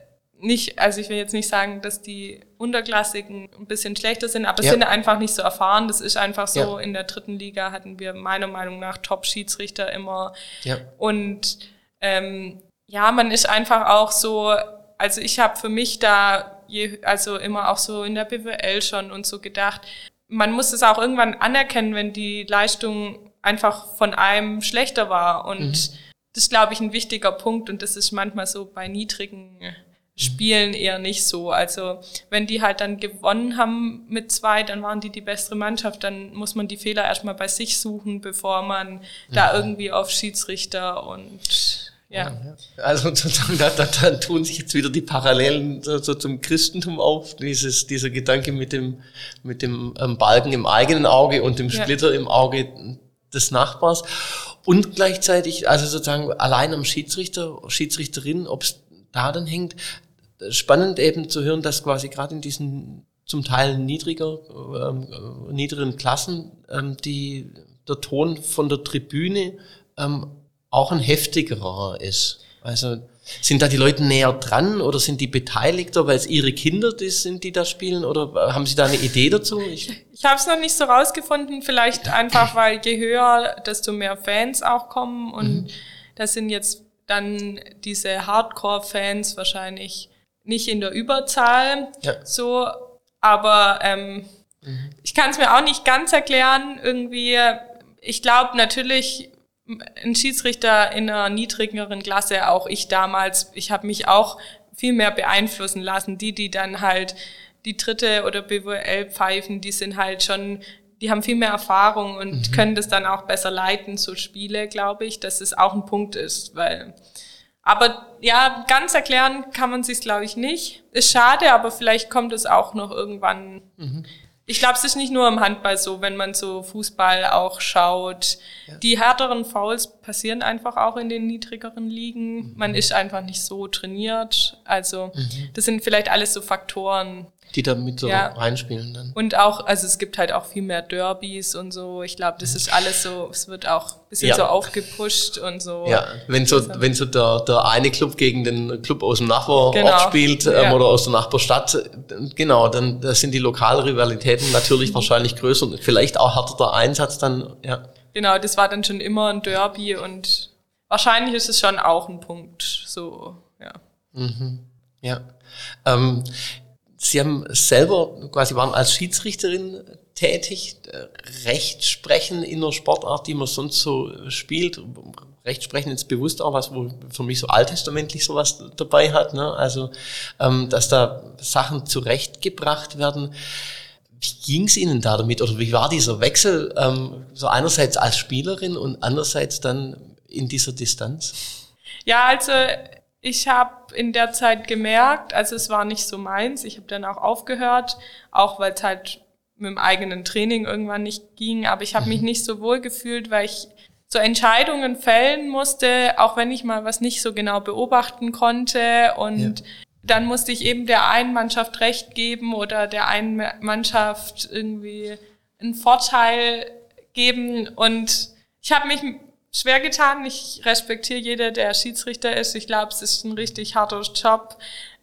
nicht, also ich will jetzt nicht sagen, dass die Unterklassigen ein bisschen schlechter sind, aber ja. sind einfach nicht so erfahren. Das ist einfach so, ja. in der dritten Liga hatten wir meiner Meinung nach Top-Schiedsrichter immer. Ja. Und ähm, ja, man ist einfach auch so, also ich habe für mich da je, also immer auch so in der B W L schon und so gedacht, man muss es auch irgendwann anerkennen, wenn die Leistung einfach von einem schlechter war und mhm. das ist, glaube ich, ein wichtiger Punkt und das ist manchmal so bei niedrigen Spielen eher nicht so. Also wenn die halt dann gewonnen haben mit zwei, dann waren die die bessere Mannschaft, dann muss man die Fehler erstmal bei sich suchen, bevor man mhm. da irgendwie auf Schiedsrichter und ja. Also sozusagen, da, da, da tun sich jetzt wieder die Parallelen so, so zum Christentum auf, dieses, dieser Gedanke mit dem, mit dem ähm, Balken im eigenen Auge und dem Splitter ja. im Auge des Nachbars. Und gleichzeitig, also sozusagen allein am Schiedsrichter, Schiedsrichterin, ob es da dann hängt, spannend eben zu hören, dass quasi gerade in diesen zum Teil niedriger, ähm, niedrigen Klassen ähm, die, der Ton von der Tribüne ähm, auch ein heftigerer ist. Also sind da die Leute näher dran oder sind die beteiligter, weil es ihre Kinder die sind, die da spielen? Oder haben Sie da eine Idee dazu? Ich, ich habe es noch nicht so rausgefunden, vielleicht einfach, weil je höher, desto mehr Fans auch kommen. Und mhm. das sind jetzt dann diese Hardcore-Fans wahrscheinlich nicht in der Überzahl. Ja. So, aber ähm, mhm. ich kann es mir auch nicht ganz erklären. Irgendwie, ich glaube natürlich, ein Schiedsrichter in einer niedrigeren Klasse, auch ich damals, ich habe mich auch viel mehr beeinflussen lassen. Die, die dann halt die dritte oder B W L pfeifen, die sind halt schon, die haben viel mehr Erfahrung und mhm. können das dann auch besser leiten, so Spiele, glaube ich, dass es auch ein Punkt ist, weil Aber ja, ganz erklären kann man sich's, glaube ich, nicht. Ist schade, aber vielleicht kommt es auch noch irgendwann. Mhm. Ich glaube, es ist nicht nur im Handball so, wenn man so Fußball auch schaut. Ja. Die härteren Fouls passieren einfach auch in den niedrigeren Ligen. Mhm. Man ist einfach nicht so trainiert. Also mhm. das sind vielleicht alles so Faktoren, die da mit so ja. reinspielen dann. Und auch, also es gibt halt auch viel mehr Derbys und so. Ich glaube, das ist alles so, es wird auch ein bisschen ja. so aufgepusht und so. Ja, wenn so, also, wenn so der, der eine Club gegen den Club aus dem Nachbarort genau. spielt ähm, ja. oder aus der Nachbarstadt, genau, dann das sind die Lokalrivalitäten natürlich wahrscheinlich größer und vielleicht auch härter der Einsatz dann, ja. Genau, das war dann schon immer ein Derby und wahrscheinlich ist es schon auch ein Punkt, so, ja. Mhm. Ja, ähm, Sie haben selber quasi waren als Schiedsrichterin tätig, Rechtsprechen in einer Sportart, die man sonst so spielt. Rechtsprechen ist bewusst auch was, wo für mich so alttestamentlich sowas dabei hat, ne? Also, ähm, dass da Sachen zurechtgebracht werden. Wie ging es Ihnen da damit? Oder wie war dieser Wechsel, ähm, so einerseits als Spielerin und andererseits dann in dieser Distanz? Ja, also ich habe in der Zeit gemerkt, also es war nicht so meins, ich habe dann auch aufgehört, auch weil es halt mit dem eigenen Training irgendwann nicht ging, aber ich habe mhm. mich nicht so wohl gefühlt, weil ich so Entscheidungen fällen musste, auch wenn ich mal was nicht so genau beobachten konnte und ja. dann musste ich eben der einen Mannschaft Recht geben oder der einen Mannschaft irgendwie einen Vorteil geben und ich habe mich schwer getan. Ich respektiere jeder, der Schiedsrichter ist. Ich glaube, es ist ein richtig harter Job,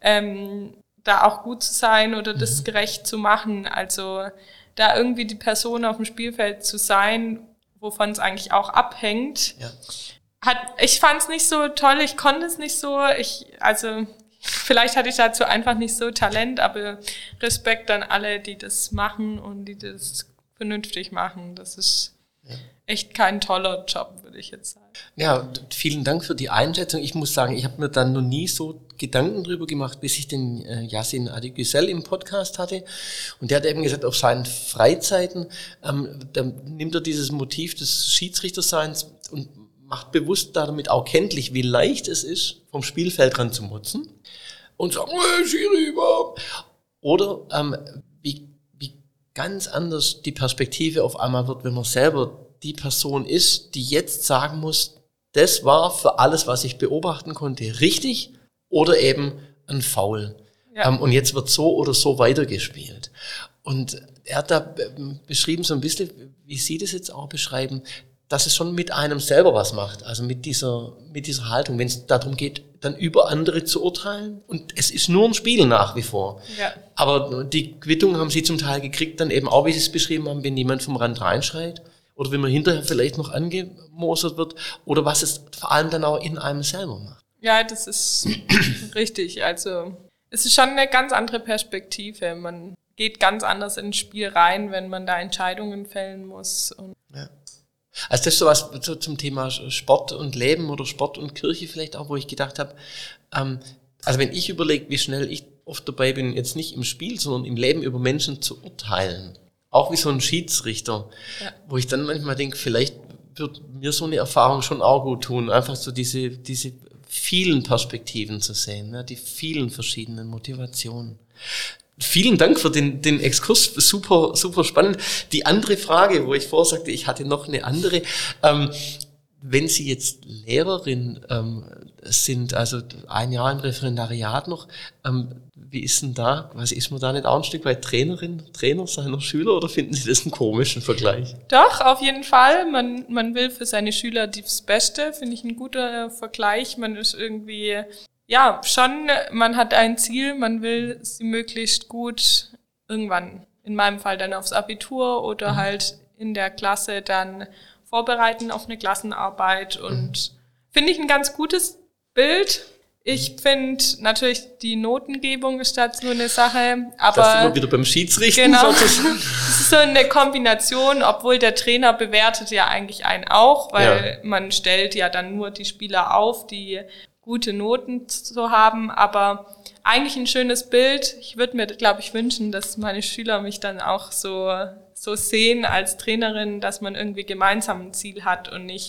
ähm, da auch gut zu sein oder das mhm. gerecht zu machen. Also da irgendwie die Person auf dem Spielfeld zu sein, wovon es eigentlich auch abhängt. Ja. Hat, ich fand es nicht so toll, ich konnte es nicht so. Ich, also vielleicht hatte ich dazu einfach nicht so Talent, aber Respekt an alle, die das machen und die das vernünftig machen. Das ist ja. echt kein toller Job, würde ich jetzt sagen. Ja, vielen Dank für die Einschätzung. Ich muss sagen, ich habe mir dann noch nie so Gedanken drüber gemacht, bis ich den äh, Yassin Adegüzel im Podcast hatte. Und der hat eben gesagt, auf seinen Freizeiten ähm, da nimmt er dieses Motiv des Schiedsrichterseins und macht bewusst damit auch kenntlich, wie leicht es ist, vom Spielfeldrand zu motzen und sagt, hey, Schiri, überhaupt. Oder ähm, wie, wie ganz anders die Perspektive auf einmal wird, wenn man selber die Person ist, die jetzt sagen muss, das war für alles, was ich beobachten konnte, richtig oder eben ein Foul. Ja. Ähm, und jetzt wird so oder so weitergespielt. Und er hat da beschrieben so ein bisschen, wie Sie das jetzt auch beschreiben, dass es schon mit einem selber was macht, also mit dieser, mit dieser Haltung, wenn es darum geht, dann über andere zu urteilen. Und es ist nur ein Spiel nach wie vor. Ja. Aber die Quittung haben Sie zum Teil gekriegt, dann eben auch, wie Sie es beschrieben haben, wenn jemand vom Rand reinschreit. Oder wenn man hinterher vielleicht noch angemosert wird. Oder was es vor allem dann auch in einem selber macht. Ja, das ist richtig. Also es ist schon eine ganz andere Perspektive. Man geht ganz anders ins Spiel rein, wenn man da Entscheidungen fällen muss. Und ja. Also das ist sowas so zum Thema Sport und Leben oder Sport und Kirche vielleicht auch, wo ich gedacht habe, ähm, also wenn ich überlege, wie schnell ich oft dabei bin, jetzt nicht im Spiel, sondern im Leben über Menschen zu urteilen, auch wie so ein Schiedsrichter, ja. wo ich dann manchmal denke, vielleicht wird mir so eine Erfahrung schon auch gut tun, einfach so diese diese vielen Perspektiven zu sehen, ne? Die vielen verschiedenen Motivationen. Vielen Dank für den den Exkurs, super super spannend. Die andere Frage, wo ich vorsagte, ich hatte noch eine andere, ähm, wenn Sie jetzt Lehrerin ähm, sind, also ein Jahr im Referendariat noch, ähm, wie ist denn da, was ist man da nicht auch ein Stück weit Trainerin, Trainer seiner Schüler oder finden Sie das einen komischen Vergleich? Doch, auf jeden Fall. Man, man will für seine Schüler das Beste, finde ich ein guter Vergleich. Man ist irgendwie, ja, schon, man hat ein Ziel, man will sie möglichst gut irgendwann, in meinem Fall dann aufs Abitur oder mhm. halt in der Klasse dann vorbereiten auf eine Klassenarbeit und mhm. finde ich ein ganz gutes Bild. Ich finde natürlich, die Notengebung ist dazu eine Sache, aber... Das sind wir wieder beim Schiedsrichten genau, sozusagen. Das ist so eine Kombination, obwohl der Trainer bewertet ja eigentlich einen auch, weil ja. man stellt ja dann nur die Spieler auf, die gute Noten zu haben, aber eigentlich ein schönes Bild. Ich würde mir, glaube ich, wünschen, dass meine Schüler mich dann auch so, so sehen als Trainerin, dass man irgendwie gemeinsam ein Ziel hat und nicht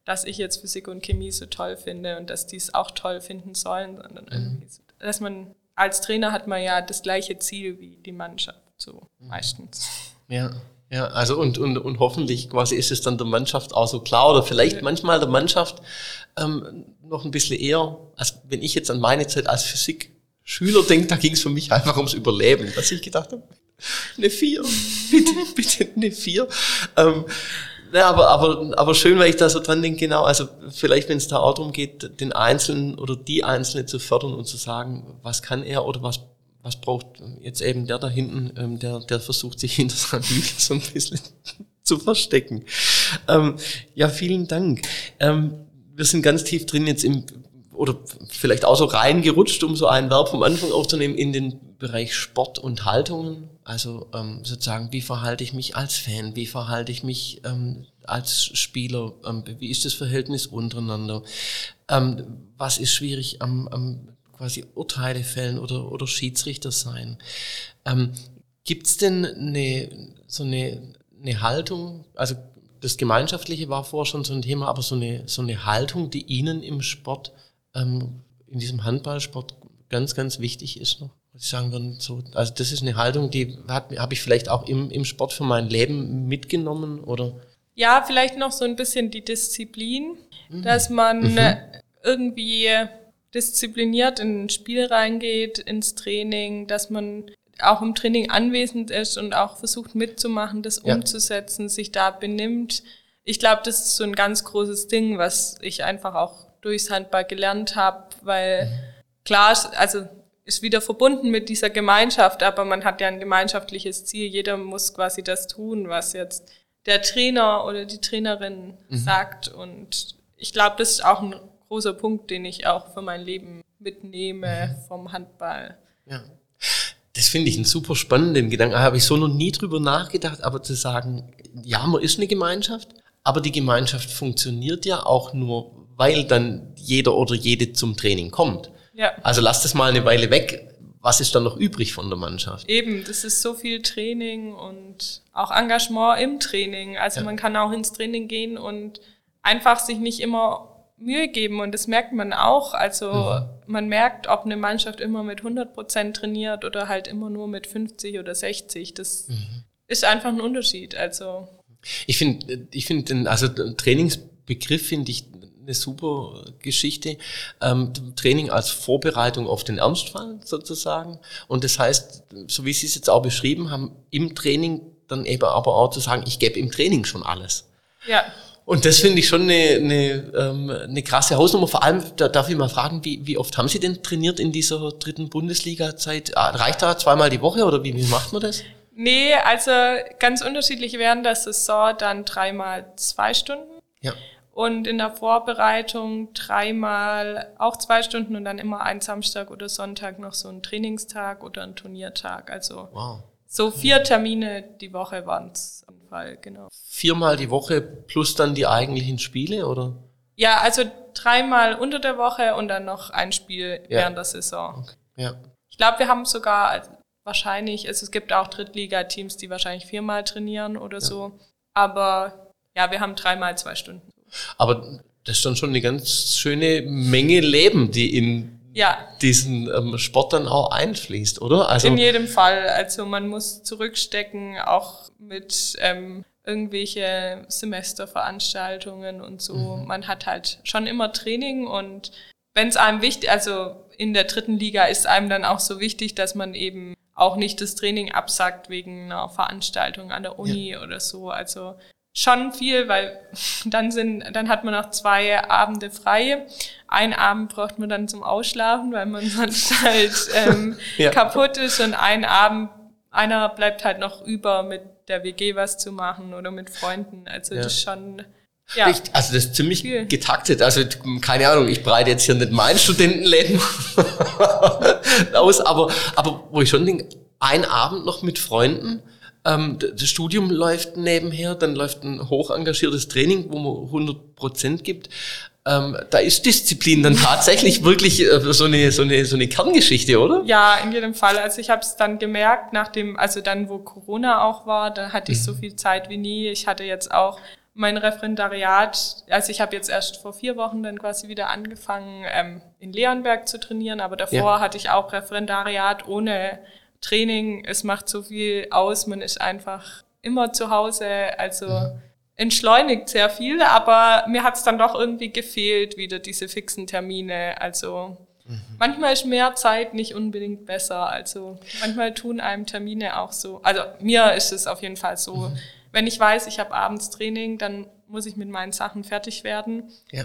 dass ich jetzt Physik und Chemie so toll finde und dass die es auch toll finden sollen, sondern mhm. irgendwie, so, dass man als Trainer hat man ja das gleiche Ziel wie die Mannschaft, so mhm. meistens. Ja, ja, also und, und, und hoffentlich quasi ist es dann der Mannschaft auch so klar oder vielleicht ja. manchmal der Mannschaft ähm, noch ein bisschen eher, als wenn ich jetzt an meine Zeit als Physikschüler denke, da ging es für mich einfach ums Überleben, dass ich gedacht habe, eine vier, bitte, bitte eine vier. Ähm, Ja, aber, aber, aber schön, weil ich da so dran denke, genau, also vielleicht, wenn es da auch darum geht, den Einzelnen oder die Einzelne zu fördern und zu sagen, was kann er oder was, was braucht jetzt eben der da hinten, ähm, der, der versucht, sich hinter seinem Bügel so ein bisschen zu verstecken. Ähm, ja, vielen Dank. Ähm, wir sind ganz tief drin jetzt im, oder vielleicht auch so reingerutscht, um so ein Verb vom Anfang aufzunehmen, in den Bereich Sport und Haltungen. Also ähm, sozusagen, wie verhalte ich mich als Fan, wie verhalte ich mich ähm, als Spieler, ähm, wie ist das Verhältnis untereinander, ähm, was ist schwierig am, am quasi Urteile fällen oder, oder Schiedsrichter sein. Ähm, Gibt es denn eine, so eine, eine Haltung, also das Gemeinschaftliche war vorher schon so ein Thema, aber so eine, so eine Haltung, die Ihnen im Sport, ähm, in diesem Handballsport ganz, ganz wichtig ist noch? Ich sagen würde, so, also das ist eine Haltung, die habe ich vielleicht auch im, im Sport für mein Leben mitgenommen, oder? Ja, vielleicht noch so ein bisschen die Disziplin, mhm. dass man mhm. irgendwie diszipliniert in ein Spiel reingeht, ins Training, dass man auch im Training anwesend ist und auch versucht mitzumachen, das ja. umzusetzen, sich da benimmt. Ich glaube, das ist so ein ganz großes Ding, was ich einfach auch durchs Handball gelernt habe, weil mhm. klar, also ist wieder verbunden mit dieser Gemeinschaft, aber man hat ja ein gemeinschaftliches Ziel. Jeder muss quasi das tun, was jetzt der Trainer oder die Trainerin mhm. sagt. Und ich glaube, das ist auch ein großer Punkt, den ich auch für mein Leben mitnehme mhm. vom Handball. Ja, das finde ich einen super spannenden Gedanken. Da habe ich so noch nie drüber nachgedacht, aber zu sagen, ja, man ist eine Gemeinschaft, aber die Gemeinschaft funktioniert ja auch nur, weil dann jeder oder jede zum Training kommt. Ja. Also lass das mal eine Weile weg. Was ist dann noch übrig von der Mannschaft? Eben, das ist so viel Training und auch Engagement im Training. Also ja. man kann auch ins Training gehen und einfach sich nicht immer Mühe geben. Und das merkt man auch. Also mhm. man merkt, ob eine Mannschaft immer mit hundert Prozent trainiert oder halt immer nur mit fünfzig oder sechzig. Das mhm. ist einfach ein Unterschied. Also ich finde, ich finde, also den Trainingsbegriff finde ich eine super Geschichte. Ähm, Training als Vorbereitung auf den Ernstfall sozusagen. Und das heißt, so wie Sie es jetzt auch beschrieben haben, im Training dann eben aber auch zu sagen, ich gebe im Training schon alles. Ja. Und das finde ich schon eine, eine, ähm, eine krasse Hausnummer. Vor allem, da darf ich mal fragen, wie, wie oft haben Sie denn trainiert in dieser dritten Bundesliga-Zeit? Reicht da zweimal die Woche oder wie, wie macht man das? Nee, also ganz unterschiedlich während der Saison dann dreimal zwei Stunden. Ja. Und in der Vorbereitung dreimal auch zwei Stunden und dann immer ein Samstag oder Sonntag noch so ein Trainingstag oder ein Turniertag. Also wow. so vier Termine die Woche waren es im Fall, genau. Viermal die Woche plus dann die eigentlichen Spiele, oder? Ja, also dreimal unter der Woche und dann noch ein Spiel ja. während der Saison. Okay. Ja. Ich glaube, wir haben sogar wahrscheinlich, also es gibt auch Drittliga-Teams, die wahrscheinlich viermal trainieren oder ja. so. Aber ja, wir haben dreimal zwei Stunden. Aber das ist dann schon eine ganz schöne Menge Leben, die in ja. diesen ähm, Sport dann auch einfließt, oder? Also in jedem Fall. Also man muss zurückstecken, auch mit ähm, irgendwelche Semesterveranstaltungen und so. Mhm. Man hat halt schon immer Training und wenn es einem wichtig, also in der dritten Liga ist einem dann auch so wichtig, dass man eben auch nicht das Training absagt wegen einer Veranstaltung an der Uni ja. oder so. Also schon viel, weil dann sind, dann hat man noch zwei Abende frei. Ein Abend braucht man dann zum Ausschlafen, weil man sonst halt ähm, ja. kaputt ist. Und ein Abend, einer bleibt halt noch über, mit der W G was zu machen oder mit Freunden. Also ja. das ist schon, ja. Also das ist ziemlich viel. Getaktet. Also keine Ahnung, ich breite jetzt hier nicht mein Studentenleben aus, aber, aber wo ich schon denke, ein Abend noch mit Freunden, Ähm, das Studium läuft nebenher, dann läuft ein hoch engagiertes Training, wo man hundert Prozent gibt. Ähm, da ist Disziplin dann tatsächlich wirklich äh, so eine so eine so eine Kerngeschichte, oder? Ja, in jedem Fall. Also ich habe es dann gemerkt, nachdem, also dann, wo Corona auch war, da hatte ich mhm. so viel Zeit wie nie. Ich hatte jetzt auch mein Referendariat, also ich habe jetzt erst vor vier Wochen dann quasi wieder angefangen, ähm, in Leonberg zu trainieren, aber davor ja. hatte ich auch Referendariat ohne Training. Es macht so viel aus, man ist einfach immer zu Hause, also mhm. entschleunigt sehr viel, aber mir hat es dann doch irgendwie gefehlt, wieder diese fixen Termine, also mhm. manchmal ist mehr Zeit nicht unbedingt besser, also manchmal tun einem Termine auch so, also mir ist es auf jeden Fall so, mhm. wenn ich weiß, ich habe abends Training, dann muss ich mit meinen Sachen fertig werden. Ja.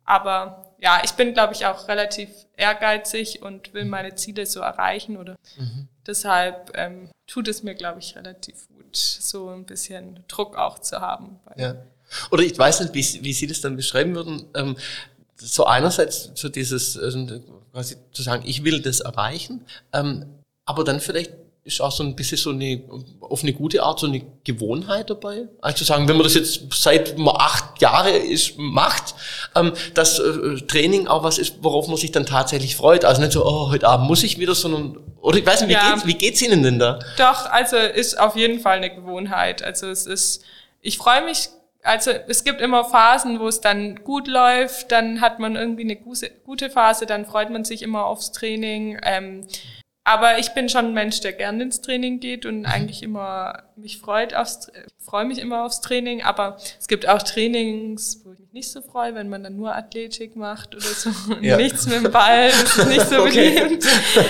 Aber ja, ich bin, glaube ich, auch relativ ehrgeizig und will meine Ziele so erreichen. Oder mhm. deshalb ähm, tut es mir, glaube ich, relativ gut, so ein bisschen Druck auch zu haben. Ja. Oder ich weiß nicht, wie, wie Sie das dann beschreiben würden. Ähm, so einerseits so dieses, also quasi zu sagen, ich will das erreichen, ähm, aber dann vielleicht ist auch so ein bisschen so eine, auf eine gute Art, so eine Gewohnheit dabei. Also zu sagen, wenn man das jetzt seit man acht Jahre ist, macht, ähm, dass äh, Training auch was ist, worauf man sich dann tatsächlich freut. Also nicht so, oh, heute Abend muss ich wieder, sondern, oder ich weiß nicht, wie ja. geht's, wie geht's Ihnen denn da? Doch, also ist auf jeden Fall eine Gewohnheit. Also es ist, ich freue mich, also es gibt immer Phasen, wo es dann gut läuft, dann hat man irgendwie eine gute Phase, dann freut man sich immer aufs Training, ähm, aber ich bin schon ein Mensch, der gerne ins Training geht und eigentlich immer mich freut aufs, freue mich immer aufs Training. Aber es gibt auch Trainings, wo ich mich nicht so freue, wenn man dann nur Athletik macht oder so und ja. nichts mit dem Ball. Das ist nicht so okay. beliebt.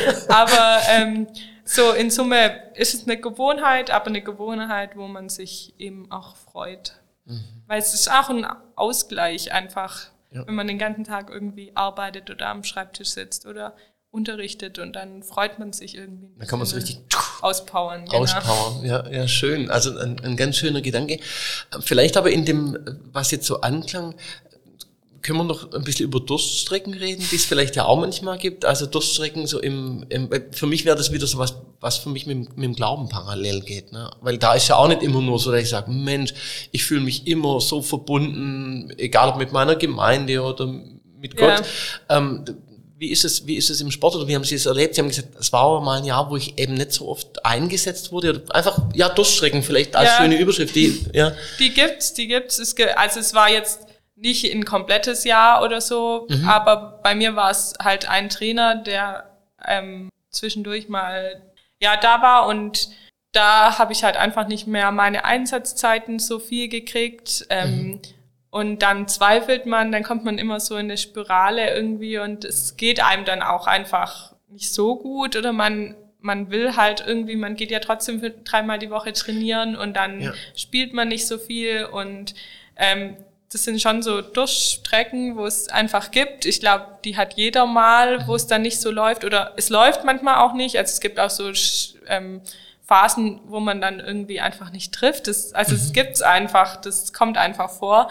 Aber ähm, so in Summe ist es eine Gewohnheit, aber eine Gewohnheit, wo man sich eben auch freut. Mhm. Weil es ist auch ein Ausgleich einfach, ja. wenn man den ganzen Tag irgendwie arbeitet oder am Schreibtisch sitzt oder unterrichtet und dann freut man sich irgendwie. Dann kann man so richtig auspowern. Genau. Auspowern, ja, ja, schön. Also ein, ein ganz schöner Gedanke. Vielleicht aber in dem, was jetzt so anklang, können wir noch ein bisschen über Durststrecken reden, die es vielleicht ja auch manchmal gibt. Also Durststrecken so im, im für mich wäre das wieder so was, was für mich mit, mit dem Glauben parallel geht, ne? Weil da ist ja auch nicht immer nur so, dass ich sage, Mensch, ich fühle mich immer so verbunden, egal ob mit meiner Gemeinde oder mit Gott. Ja. Ähm, Wie ist es, wie ist es im Sport oder wie haben Sie es erlebt? Sie haben gesagt, es war mal ein Jahr, wo ich eben nicht so oft eingesetzt wurde. Einfach, ja, Durststrecken vielleicht als ja, schöne Überschrift. Die, ja. die gibt's, die gibt's. Es gibt, also es war jetzt nicht ein komplettes Jahr oder so, mhm. aber bei mir war es halt ein Trainer, der ähm, zwischendurch mal ja da war und da habe ich halt einfach nicht mehr meine Einsatzzeiten so viel gekriegt. Ähm, mhm. Und dann zweifelt man, dann kommt man immer so in eine Spirale irgendwie und es geht einem dann auch einfach nicht so gut oder man man will halt irgendwie, man geht ja trotzdem für dreimal die Woche trainieren und dann ja. spielt man nicht so viel und ähm, das sind schon so Durchstrecken, wo es einfach gibt. Ich glaube, die hat jeder mal, wo es dann nicht so läuft oder es läuft manchmal auch nicht. Also es gibt auch so ähm, Phasen, wo man dann irgendwie einfach nicht trifft. Das, also es gibt's einfach, das kommt einfach vor.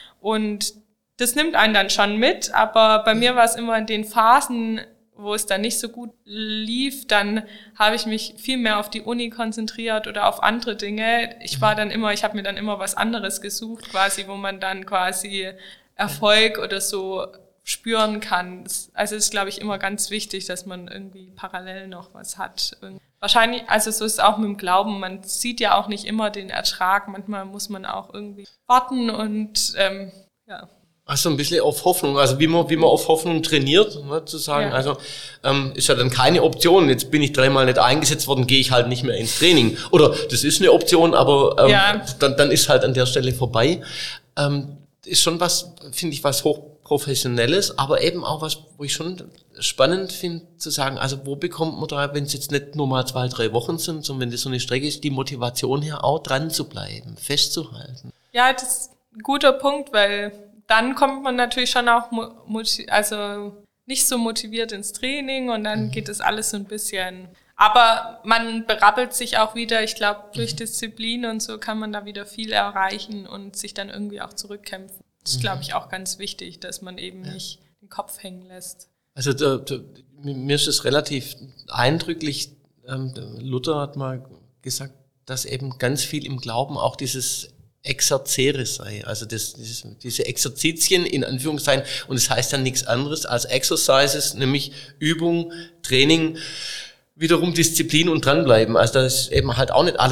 Und das nimmt einen dann schon mit, aber bei mir war es immer in den Phasen, wo es dann nicht so gut lief, dann habe ich mich viel mehr auf die Uni konzentriert oder auf andere Dinge. Ich war dann immer, ich habe mir dann immer was anderes gesucht, quasi, wo man dann quasi Erfolg oder so spüren kann. Also es ist, glaube ich, immer ganz wichtig, dass man irgendwie parallel noch was hat. Wahrscheinlich, also so ist es auch mit dem Glauben, man sieht ja auch nicht immer den Ertrag, manchmal muss man auch irgendwie warten und ähm, ja. Also ein bisschen auf Hoffnung, also wie man wie man auf Hoffnung trainiert, ne, zu sagen, ja. also ähm, ist ja dann keine Option, jetzt bin ich dreimal nicht eingesetzt worden, gehe ich halt nicht mehr ins Training. Oder das ist eine Option, aber ähm, ja. dann, dann ist halt an der Stelle vorbei. Ähm, ist schon was, finde ich, was hochprofessionelles, aber eben auch was, wo ich schon spannend finde, zu sagen, also wo bekommt man da, wenn es jetzt nicht nur mal zwei, drei Wochen sind, sondern wenn das so eine Strecke ist, die Motivation her auch dran zu bleiben, festzuhalten. Ja, das ist ein guter Punkt, weil dann kommt man natürlich schon auch motiv- also nicht so motiviert ins Training und dann mhm. geht das alles so ein bisschen. Aber man berappelt sich auch wieder. Ich glaube, durch mhm. Disziplin und so kann man da wieder viel erreichen und sich dann irgendwie auch zurückkämpfen. Das ist, glaube ich, auch ganz wichtig, dass man eben ja. nicht den Kopf hängen lässt. Also da, da, mir ist es relativ eindrücklich. Ähm, Luther hat mal gesagt, dass eben ganz viel im Glauben auch dieses Exerzere sei, also das, dieses, diese Exerzitien in Anführungszeichen, und es das heißt dann nichts anderes als Exercises, nämlich Übung, Training, wiederum Disziplin und dranbleiben. Also da ist eben halt auch nicht alles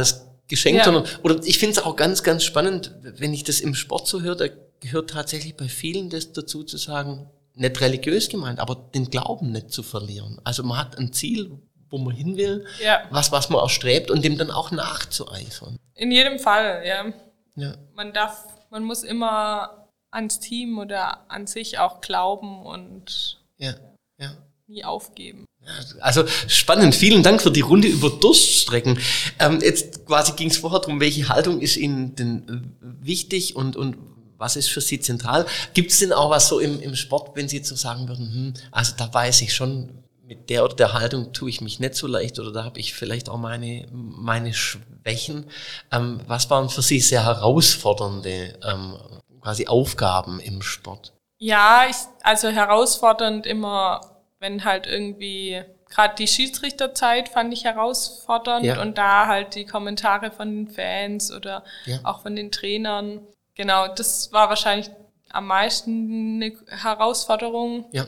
geschenkt, Ja. sondern, oder ich finde es auch ganz, ganz spannend, wenn ich das im Sport so höre, da gehört tatsächlich bei vielen das dazu zu sagen, nicht religiös gemeint, aber den Glauben nicht zu verlieren. Also man hat ein Ziel, wo man hin will, Ja. was, was man erstrebt und dem dann auch nachzueifern. In jedem Fall, ja. Ja. Man darf, man muss immer ans Team oder an sich auch glauben und Ja, ja. nie aufgeben. Also spannend, vielen Dank für die Runde über Durststrecken. Ähm, jetzt quasi ging es vorher darum, welche Haltung ist Ihnen denn wichtig und, und was ist für Sie zentral? Gibt es denn auch was so im, im Sport, wenn Sie jetzt so sagen würden, hm, also da weiß ich schon, mit der oder der Haltung tue ich mich nicht so leicht oder da habe ich vielleicht auch meine, meine Schwächen. Ähm, was waren für Sie sehr herausfordernde ähm, quasi Aufgaben im Sport? Ja, ich, also herausfordernd immer, wenn halt irgendwie, gerade die Schiedsrichterzeit fand ich herausfordernd Ja. und da halt die Kommentare von den Fans oder Ja. auch von den Trainern. Genau, das war wahrscheinlich am meisten eine Herausforderung. Ja.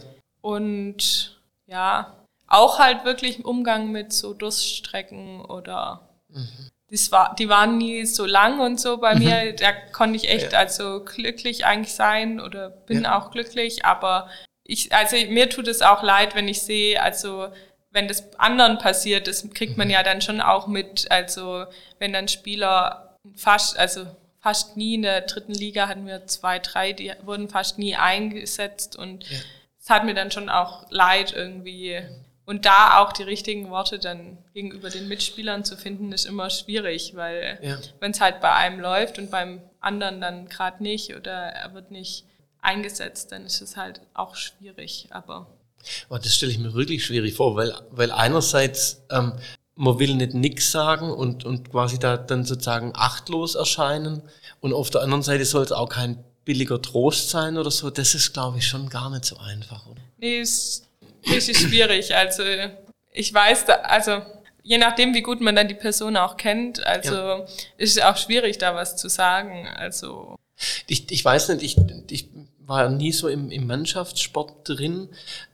Und ja, auch halt wirklich im Umgang mit so Durststrecken oder Mhm. das war, die waren nie so lang und so bei Mhm. mir. Da konnte ich echt Ja. also glücklich eigentlich sein oder bin Ja. auch glücklich. Aber ich, also mir tut es auch leid, wenn ich sehe, also wenn das anderen passiert, das kriegt man ja dann schon auch mit. Also wenn dann Spieler fast, also fast nie in der dritten Liga hatten wir zwei, drei, die wurden fast nie eingesetzt und Ja. es hat mir dann schon auch leid irgendwie. Und da auch die richtigen Worte dann gegenüber den Mitspielern zu finden, ist immer schwierig, weil Ja. wenn es halt bei einem läuft und beim anderen dann gerade nicht oder er wird nicht eingesetzt, dann ist es halt auch schwierig. Aber Oh, das stelle ich mir wirklich schwierig vor, weil, weil einerseits ähm, man will nicht nix sagen und, und quasi da dann sozusagen achtlos erscheinen und auf der anderen Seite soll es auch kein billiger Trost sein oder so. Das ist, glaube ich, schon gar nicht so einfach. Oder? nee, ist richtig schwierig. Also ich weiß, da, also je nachdem, wie gut man dann die Person auch kennt, also Ja. ist es auch schwierig, da was zu sagen. Also Ich, ich weiß nicht, ich, ich war nie so im, im Mannschaftssport drin.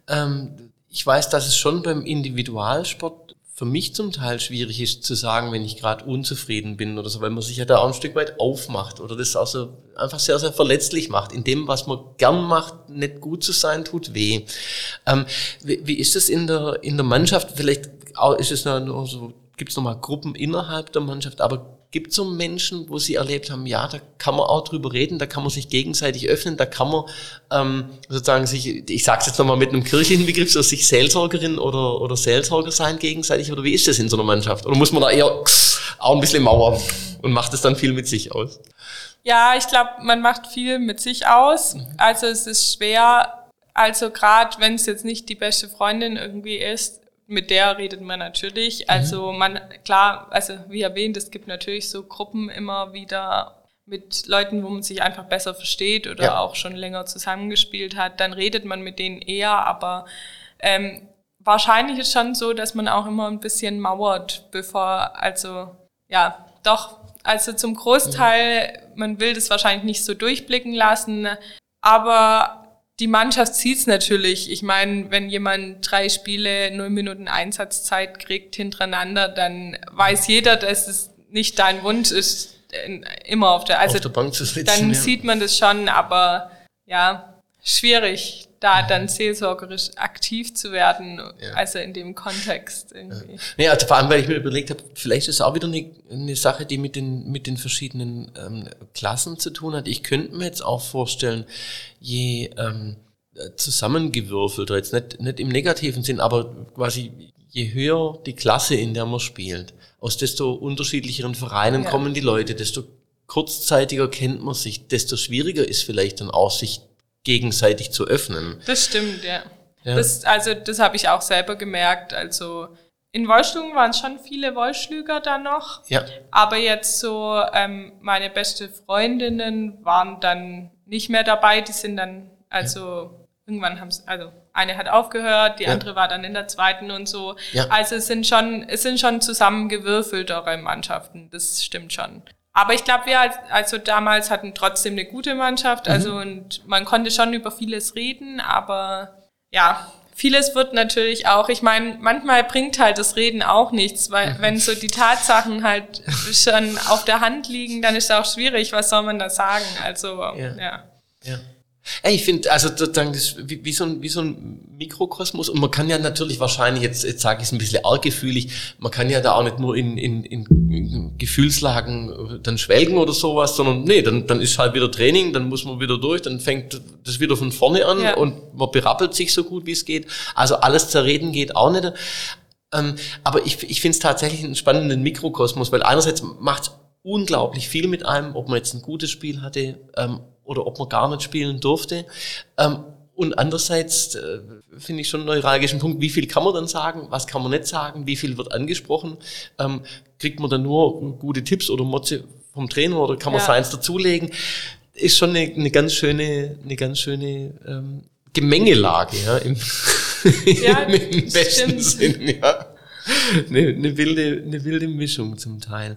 Ähm, ich weiß, dass es schon beim Individualsport für mich zum Teil schwierig ist zu sagen, wenn ich gerade unzufrieden bin oder so, weil man sich ja da auch ein Stück weit aufmacht oder das auch so einfach sehr, sehr verletzlich macht. In dem, was man gern macht, nicht gut zu sein, tut weh. Ähm, wie, wie ist es in der, in der Mannschaft? Vielleicht auch, ist es noch so, gibt es nochmal Gruppen innerhalb der Mannschaft, aber gibt es so Menschen, wo Sie erlebt haben, ja, da kann man auch drüber reden, da kann man sich gegenseitig öffnen, da kann man ähm, sozusagen sich, ich sage es jetzt nochmal mit einem kirchlichen Begriff, so sich Seelsorgerin oder, oder Seelsorger sein gegenseitig, oder wie ist das in so einer Mannschaft? Oder muss man da eher auch ein bisschen mauern und macht es dann viel mit sich aus? ja, ich glaube, man macht viel mit sich aus. Also es ist schwer, also gerade wenn es jetzt nicht die beste Freundin irgendwie ist, mit der redet man natürlich. Also man, klar, also wie erwähnt, es gibt natürlich so Gruppen immer wieder mit Leuten, wo man sich einfach besser versteht oder Ja. auch schon länger zusammengespielt hat. Dann redet man mit denen eher, aber ähm, wahrscheinlich ist schon so, dass man auch immer ein bisschen mauert, bevor, also ja, doch, also zum Großteil, man will das wahrscheinlich nicht so durchblicken lassen, aber die Mannschaft sieht's natürlich. Ich meine, wenn jemand drei Spiele, null Minuten Einsatzzeit kriegt hintereinander, dann weiß jeder, dass es nicht dein Wunsch ist, immer auf der, also auf der Bank zu sitzen. dann ja. sieht man das schon, aber ja, schwierig, da dann seelsorgerisch aktiv zu werden, Ja. also in dem Kontext irgendwie. Nee, also vor allem, weil ich mir überlegt habe, vielleicht ist es auch wieder eine, eine Sache, die mit den, mit den verschiedenen ähm, Klassen zu tun hat. Ich könnte mir jetzt auch vorstellen, je ähm, zusammengewürfelter, jetzt nicht, nicht im negativen Sinn, aber quasi je höher die Klasse, in der man spielt, aus desto unterschiedlicheren Vereinen Ja. kommen die Leute, desto kurzzeitiger kennt man sich, desto schwieriger ist vielleicht dann auch, sich gegenseitig zu öffnen. Das stimmt, ja. Ja. Das, also das habe ich auch selber gemerkt. Also in Wolfschlugen waren schon viele Wolfschlüger da noch, Ja, aber jetzt so ähm, meine beste Freundinnen waren dann nicht mehr dabei. Die sind dann, also irgendwann haben sie, also eine hat aufgehört, die Ja. andere war dann in der zweiten und so. Ja. Also es sind schon, es sind schon zusammengewürfeltere Mannschaften, das stimmt schon. Aber ich glaube, wir als, also damals hatten trotzdem eine gute Mannschaft, also und man konnte schon über vieles reden, aber ja, vieles wird natürlich auch, ich meine, manchmal bringt halt das Reden auch nichts, weil wenn so die Tatsachen halt schon auf der Hand liegen, dann ist es auch schwierig, was soll man da sagen? Also, ja. ja. ja. Ey, ich finde, also sozusagen, das ist wie, wie, so ein, wie so ein Mikrokosmos, und man kann ja natürlich wahrscheinlich, jetzt, jetzt sage ich es ein bisschen arggefühlig, man kann ja da auch nicht nur in, in, in Gefühlslagen dann schwelgen oder sowas, sondern nee, dann, dann ist halt wieder Training, dann muss man wieder durch, dann fängt das wieder von vorne an ja. und man berappelt sich so gut wie es geht. Also alles zerreden geht auch nicht. Ähm, aber ich, ich finde es tatsächlich einen spannenden Mikrokosmos, weil einerseits macht es unglaublich viel mit einem, ob man jetzt ein gutes Spiel hatte, ähm, oder ob man gar nicht spielen durfte. Ähm, und andererseits äh, finde ich schon einen neuralgischen Punkt, wie viel kann man dann sagen, was kann man nicht sagen, wie viel wird angesprochen, ähm, kriegt man dann nur gute Tipps oder Motze vom Trainer oder kann man ja. seins dazulegen, ist schon eine, eine ganz schöne, eine ganz schöne ähm, Gemengelage, ja, im, ja, im besten Sinn, ja. Eine, eine wilde, eine wilde Mischung zum Teil.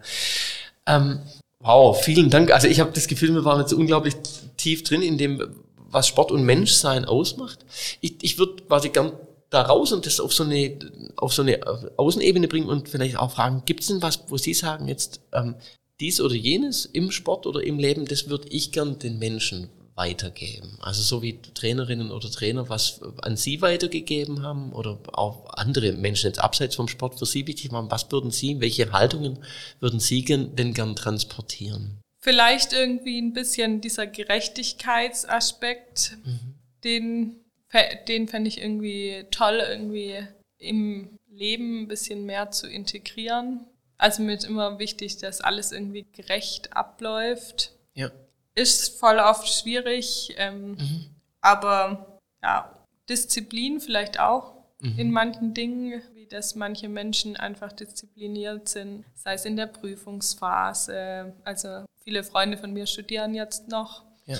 Ähm, Wow, vielen Dank. Also ich habe das Gefühl, wir waren jetzt unglaublich tief drin in dem, was Sport und Menschsein ausmacht. Ich, ich würde quasi gern da raus und das auf so eine auf so eine Außenebene bringen und vielleicht auch fragen, gibt es denn was, wo Sie sagen jetzt ähm, dies oder jenes im Sport oder im Leben, das würde ich gern den Menschen weitergeben. Also so wie Trainerinnen oder Trainer was an Sie weitergegeben haben oder auch andere Menschen jetzt abseits vom Sport für Sie wichtig waren. Was würden Sie, welche Haltungen würden Sie denn gern transportieren? Vielleicht irgendwie ein bisschen dieser Gerechtigkeitsaspekt, mhm. den, den fände ich irgendwie toll, irgendwie im Leben ein bisschen mehr zu integrieren. Also mir ist immer wichtig, dass alles irgendwie gerecht abläuft. Ja. Ist voll oft schwierig, ähm, mhm. aber ja, Disziplin vielleicht auch mhm. in manchen Dingen, wie dass manche Menschen einfach diszipliniert sind, sei es in der Prüfungsphase. Also viele Freunde von mir studieren jetzt noch ja.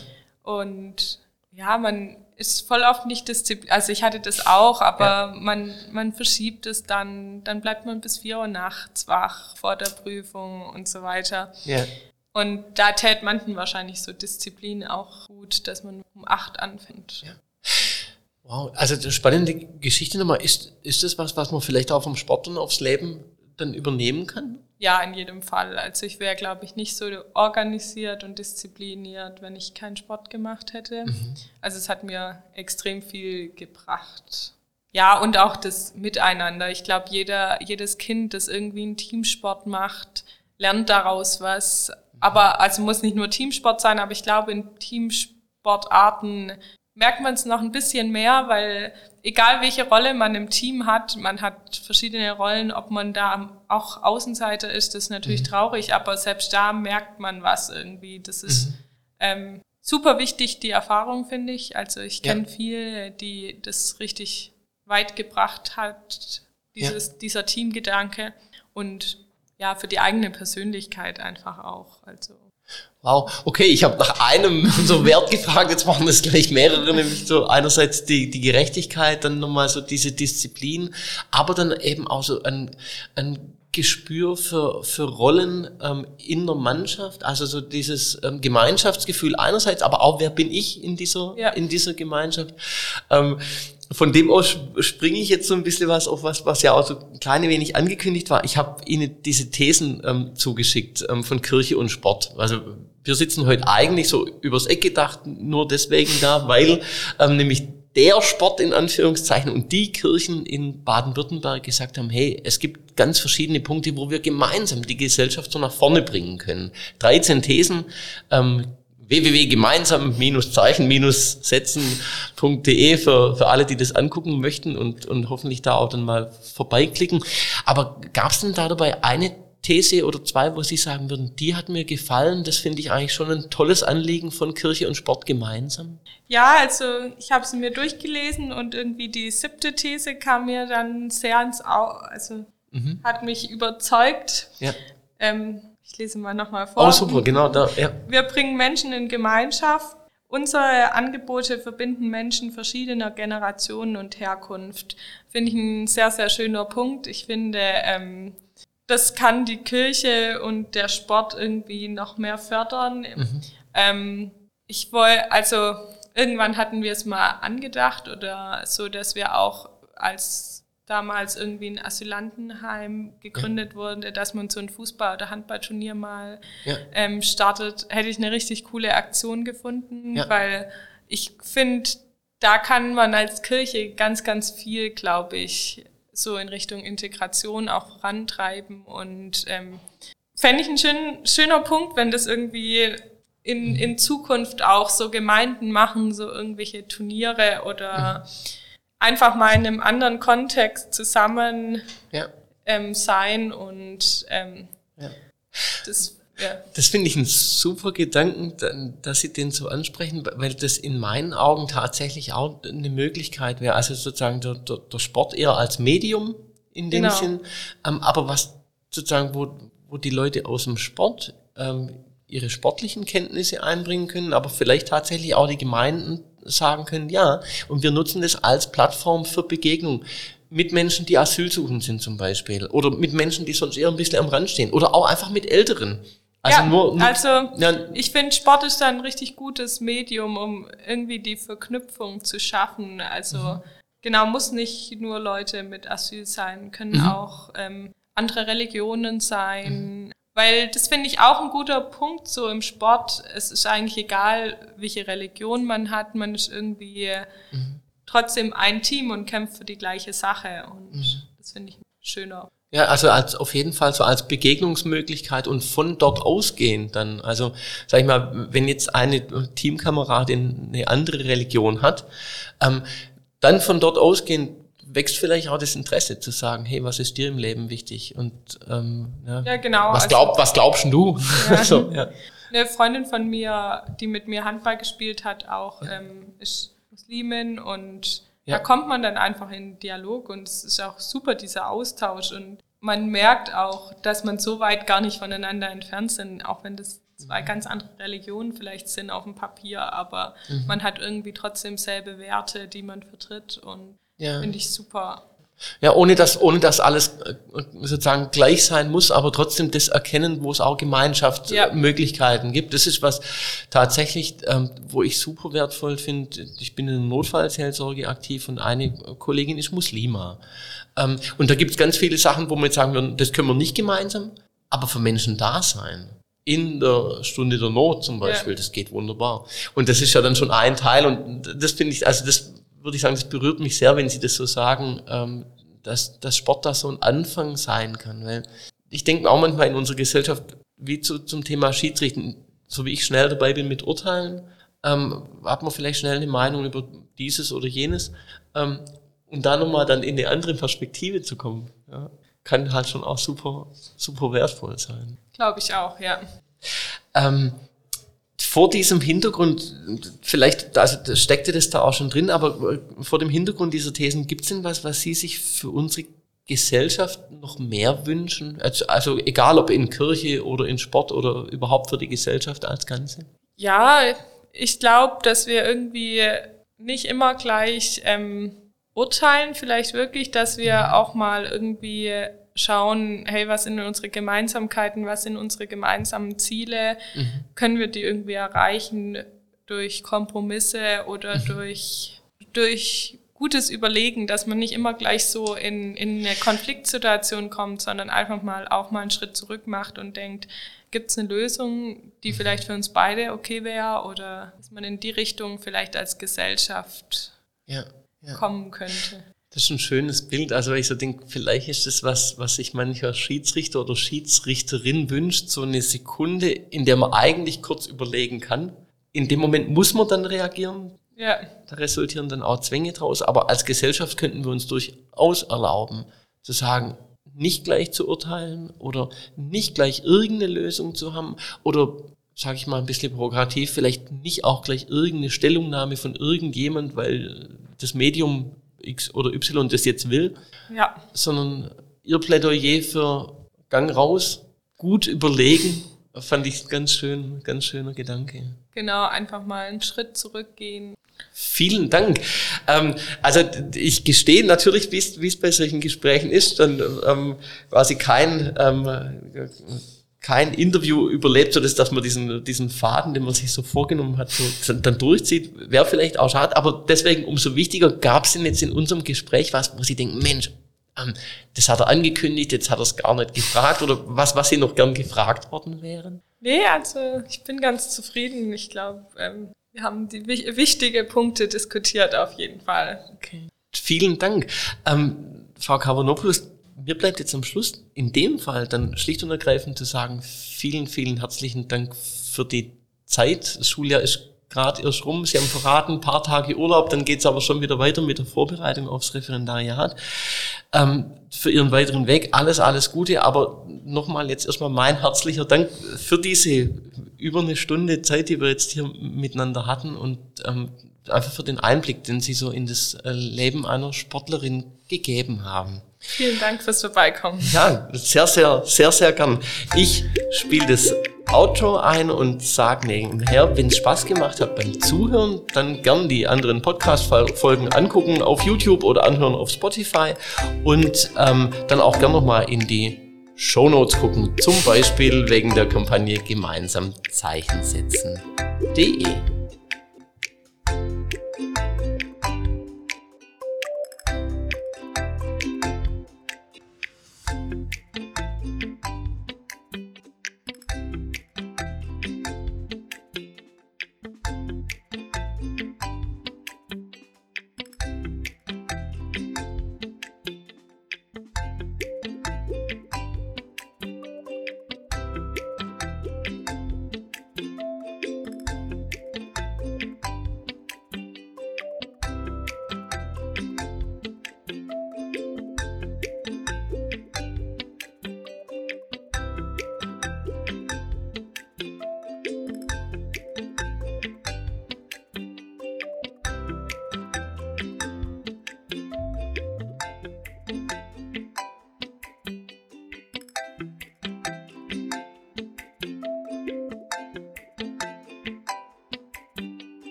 und ja, man ist voll oft nicht diszipliniert. Also ich hatte das auch, aber ja. man man verschiebt es dann, dann bleibt man bis vier Uhr nachts wach vor der Prüfung und so weiter. Ja. Und da tät manchen wahrscheinlich so Disziplin auch gut, dass man um acht anfängt. Ja. Wow, also eine spannende Geschichte nochmal. Ist, ist das was, was man vielleicht auch vom Sport und aufs Leben dann übernehmen kann? Ja, in jedem Fall. Also ich wäre, glaube ich, nicht so organisiert und diszipliniert, wenn ich keinen Sport gemacht hätte. Mhm. Also es hat mir extrem viel gebracht. Ja, und auch das Miteinander. Ich glaube, jeder, jedes Kind, das irgendwie einen Teamsport macht, lernt daraus was. Aber also muss nicht nur Teamsport sein, aber ich glaube, in Teamsportarten merkt man es noch ein bisschen mehr, weil egal welche Rolle man im Team hat, man hat verschiedene Rollen, ob man da auch Außenseiter ist, das ist natürlich mhm. traurig, aber selbst da merkt man was irgendwie. Das ist mhm. ähm, super wichtig, die Erfahrung, finde ich. Also ich kenne ja. viele, die das richtig weit gebracht hat, dieses, ja. dieser Teamgedanke und ja, für die eigene Persönlichkeit einfach auch. Also. Wow, okay, ich habe nach einem so Wert gefragt, jetzt machen das gleich mehrere, nämlich so einerseits die, die Gerechtigkeit, dann nochmal so diese Disziplin, aber dann eben auch so ein, ein Gespür für, für Rollen ähm, in der Mannschaft, also so dieses ähm, Gemeinschaftsgefühl einerseits, aber auch, wer bin ich in dieser, ja. in dieser Gemeinschaft? Ähm, Von dem aus springe ich jetzt so ein bisschen was auf was, was ja auch so ein klein wenig angekündigt war. Ich habe Ihnen diese Thesen ähm, zugeschickt ähm, von Kirche und Sport. Also wir sitzen heute eigentlich so übers Eck gedacht, nur deswegen da, weil ähm, nämlich der Sport in Anführungszeichen und die Kirchen in Baden-Württemberg gesagt haben, hey, es gibt ganz verschiedene Punkte, wo wir gemeinsam die Gesellschaft so nach vorne bringen können. dreizehn Thesen, ähm, w w w gemeinsam Zeichen setzen punkt d e für, für alle, die das angucken möchten und, und hoffentlich da auch dann mal vorbeiklicken. Aber gab es denn da dabei eine These oder zwei, wo Sie sagen würden, die hat mir gefallen, das finde ich eigentlich schon ein tolles Anliegen von Kirche und Sport gemeinsam? Ja, also ich habe sie mir durchgelesen und irgendwie die siebte These kam mir dann sehr ins Auge, also mhm. hat mich überzeugt. Ja. Ähm, Ich lese mal nochmal vor. Oh, super, genau da. Ja. Wir bringen Menschen in Gemeinschaft. Unsere Angebote verbinden Menschen verschiedener Generationen und Herkunft. Finde ich ein sehr, sehr schöner Punkt. Ich finde, ähm, das kann die Kirche und der Sport irgendwie noch mehr fördern. Mhm. Ähm, ich wollte, also irgendwann hatten wir es mal angedacht oder so, dass wir auch als damals irgendwie ein Asylantenheim gegründet ja. wurde, dass man so ein Fußball- oder Handballturnier mal ja. ähm, startet, hätte ich eine richtig coole Aktion gefunden, ja. weil ich finde, da kann man als Kirche ganz, ganz viel, glaube ich, so in Richtung Integration auch vorantreiben und ähm, fände ich ein schön, schöner Punkt, wenn das irgendwie in, in Zukunft auch so Gemeinden machen, so irgendwelche Turniere oder mhm. einfach mal in einem anderen Kontext zusammen ja. ähm, sein und ähm, ja. das, ja. Das finde ich einen super Gedanken, dass Sie den so ansprechen, weil das in meinen Augen tatsächlich auch eine Möglichkeit wäre. Also sozusagen der, der, der Sport eher als Medium in dem genau. Sinn, ähm, aber was sozusagen, wo, wo die Leute aus dem Sport ähm, ihre sportlichen Kenntnisse einbringen können, aber vielleicht tatsächlich auch die Gemeinden sagen können, ja, und wir nutzen das als Plattform für Begegnung mit Menschen, die asylsuchend sind zum Beispiel, oder mit Menschen, die sonst eher ein bisschen am Rand stehen, oder auch einfach mit Älteren. Also ja, nur, nur, also ja, ich finde, Sport ist da ein richtig gutes Medium, um irgendwie die Verknüpfung zu schaffen. Also mhm. genau, muss nicht nur Leute mit Asyl sein, können mhm. auch ähm, andere Religionen sein. Mhm. Weil das finde ich auch ein guter Punkt so im Sport. Es ist eigentlich egal, welche Religion man hat. Man ist irgendwie mhm. trotzdem ein Team und kämpft für die gleiche Sache. Und mhm. das finde ich schöner. Ja, also als auf jeden Fall so als Begegnungsmöglichkeit und von dort ausgehen dann. Also sag ich mal, wenn jetzt eine Teamkameradin eine andere Religion hat, ähm, dann von dort ausgehen, wächst vielleicht auch das Interesse zu sagen, hey, was ist dir im Leben wichtig? Und ähm, ja, ja, genau. was, glaub, also, was glaubst du? Ja. so, ja. Eine Freundin von mir, die mit mir Handball gespielt hat, auch ja. ähm, ist Muslimin und ja. da kommt man dann einfach in Dialog und es ist auch super, dieser Austausch und man merkt auch, dass man so weit gar nicht voneinander entfernt sind, auch wenn das zwei mhm. ganz andere Religionen vielleicht sind auf dem Papier, aber mhm. man hat irgendwie trotzdem selbe Werte, die man vertritt und ja. finde ich super. Ja, ohne dass, ohne dass alles sozusagen gleich sein muss, aber trotzdem das erkennen, wo es auch Gemeinschaftsmöglichkeiten ja. gibt. Das ist was tatsächlich, ähm, wo ich super wertvoll finde. Ich bin in der Notfallseelsorge aktiv und eine Kollegin ist Muslima. Ähm, und da gibt es ganz viele Sachen, wo wir jetzt sagen würden, das können wir nicht gemeinsam, aber für Menschen da sein. In der Stunde der Not zum Beispiel, ja. das geht wunderbar. Und das ist ja dann schon ein Teil und das finde ich, also das würde ich sagen, das berührt mich sehr, wenn Sie das so sagen, ähm, dass, dass Sport da so ein Anfang sein kann. Weil ich denke auch manchmal in unserer Gesellschaft, wie zu, zum Thema Schiedsrichten, so wie ich schnell dabei bin mit Urteilen, ähm, hat man vielleicht schnell eine Meinung über dieses oder jenes. Ähm, und da nochmal dann in eine andere Perspektive zu kommen, ja, kann halt schon auch super, super wertvoll sein. Glaube ich auch, ja. Ähm, Vor diesem Hintergrund, vielleicht also steckte das da auch schon drin, aber vor dem Hintergrund dieser Thesen, gibt es denn was, was Sie sich für unsere Gesellschaft noch mehr wünschen? Also, also egal ob in Kirche oder in Sport oder überhaupt für die Gesellschaft als Ganze? Ja, ich glaube, dass wir irgendwie nicht immer gleich ähm, urteilen, vielleicht wirklich, dass wir auch mal irgendwie schauen, hey, was sind unsere Gemeinsamkeiten, was sind unsere gemeinsamen Ziele, mhm. können wir die irgendwie erreichen durch Kompromisse oder mhm. durch, durch gutes Überlegen, dass man nicht immer gleich so in, in eine Konfliktsituation kommt, sondern einfach mal auch mal einen Schritt zurück macht und denkt, gibt es eine Lösung, die mhm. vielleicht für uns beide okay wäre oder dass man in die Richtung vielleicht als Gesellschaft ja, ja. kommen könnte. Das ist ein schönes Bild. Also ich so denke, vielleicht ist das was, was sich mancher Schiedsrichter oder Schiedsrichterin wünscht, so eine Sekunde, in der man eigentlich kurz überlegen kann. In dem Moment muss man dann reagieren. Ja. Da resultieren dann auch Zwänge draus. Aber als Gesellschaft könnten wir uns durchaus erlauben, zu sagen, nicht gleich zu urteilen oder nicht gleich irgendeine Lösung zu haben oder, sage ich mal ein bisschen provokativ, vielleicht nicht auch gleich irgendeine Stellungnahme von irgendjemand, weil das Medium X oder Y das jetzt will, ja. sondern Ihr Plädoyer für Gang raus, gut überlegen, fand ich ganz schön, ganz schöner Gedanke. Genau, einfach mal einen Schritt zurückgehen. Vielen Dank. Ähm, also ich gestehe natürlich, wie es bei solchen Gesprächen ist, dann ähm, quasi kein ähm, kein Interview überlebt, so dass, dass man diesen, diesen Faden, den man sich so vorgenommen hat, so dann durchzieht, wäre vielleicht auch schade. Aber deswegen umso wichtiger, gab es denn jetzt in unserem Gespräch was, wo Sie denken, Mensch, ähm, das hat er angekündigt, jetzt hat er es gar nicht gefragt, oder was, was Sie noch gern gefragt worden wären? Nee, also ich bin ganz zufrieden. Ich glaube, ähm, wir haben die w- wichtige Punkte diskutiert auf jeden Fall. Okay. Vielen Dank. Ähm, Frau Kavonopoulos, mir bleibt jetzt am Schluss in dem Fall dann schlicht und ergreifend zu sagen, vielen, vielen herzlichen Dank für die Zeit. Das Schuljahr ist gerade erst rum. Sie haben verraten, ein paar Tage Urlaub, dann geht's aber schon wieder weiter mit der Vorbereitung aufs Referendariat. Ähm, für Ihren weiteren Weg alles, alles Gute. Aber nochmal jetzt erstmal mein herzlicher Dank für diese über eine Stunde Zeit, die wir jetzt hier miteinander hatten und ähm, einfach für den Einblick, den Sie so in das Leben einer Sportlerin gegeben haben. Vielen Dank fürs Vorbeikommen. Ja, sehr, sehr, sehr, sehr gern. Ich spiele das Outro ein und sage nebenher, wenn es Spaß gemacht hat beim Zuhören, dann gern die anderen Podcast-Folgen angucken auf YouTube oder anhören auf Spotify und ähm, dann auch gern nochmal in die Shownotes gucken, zum Beispiel wegen der Kampagne Gemeinsam Zeichen setzen punkt de.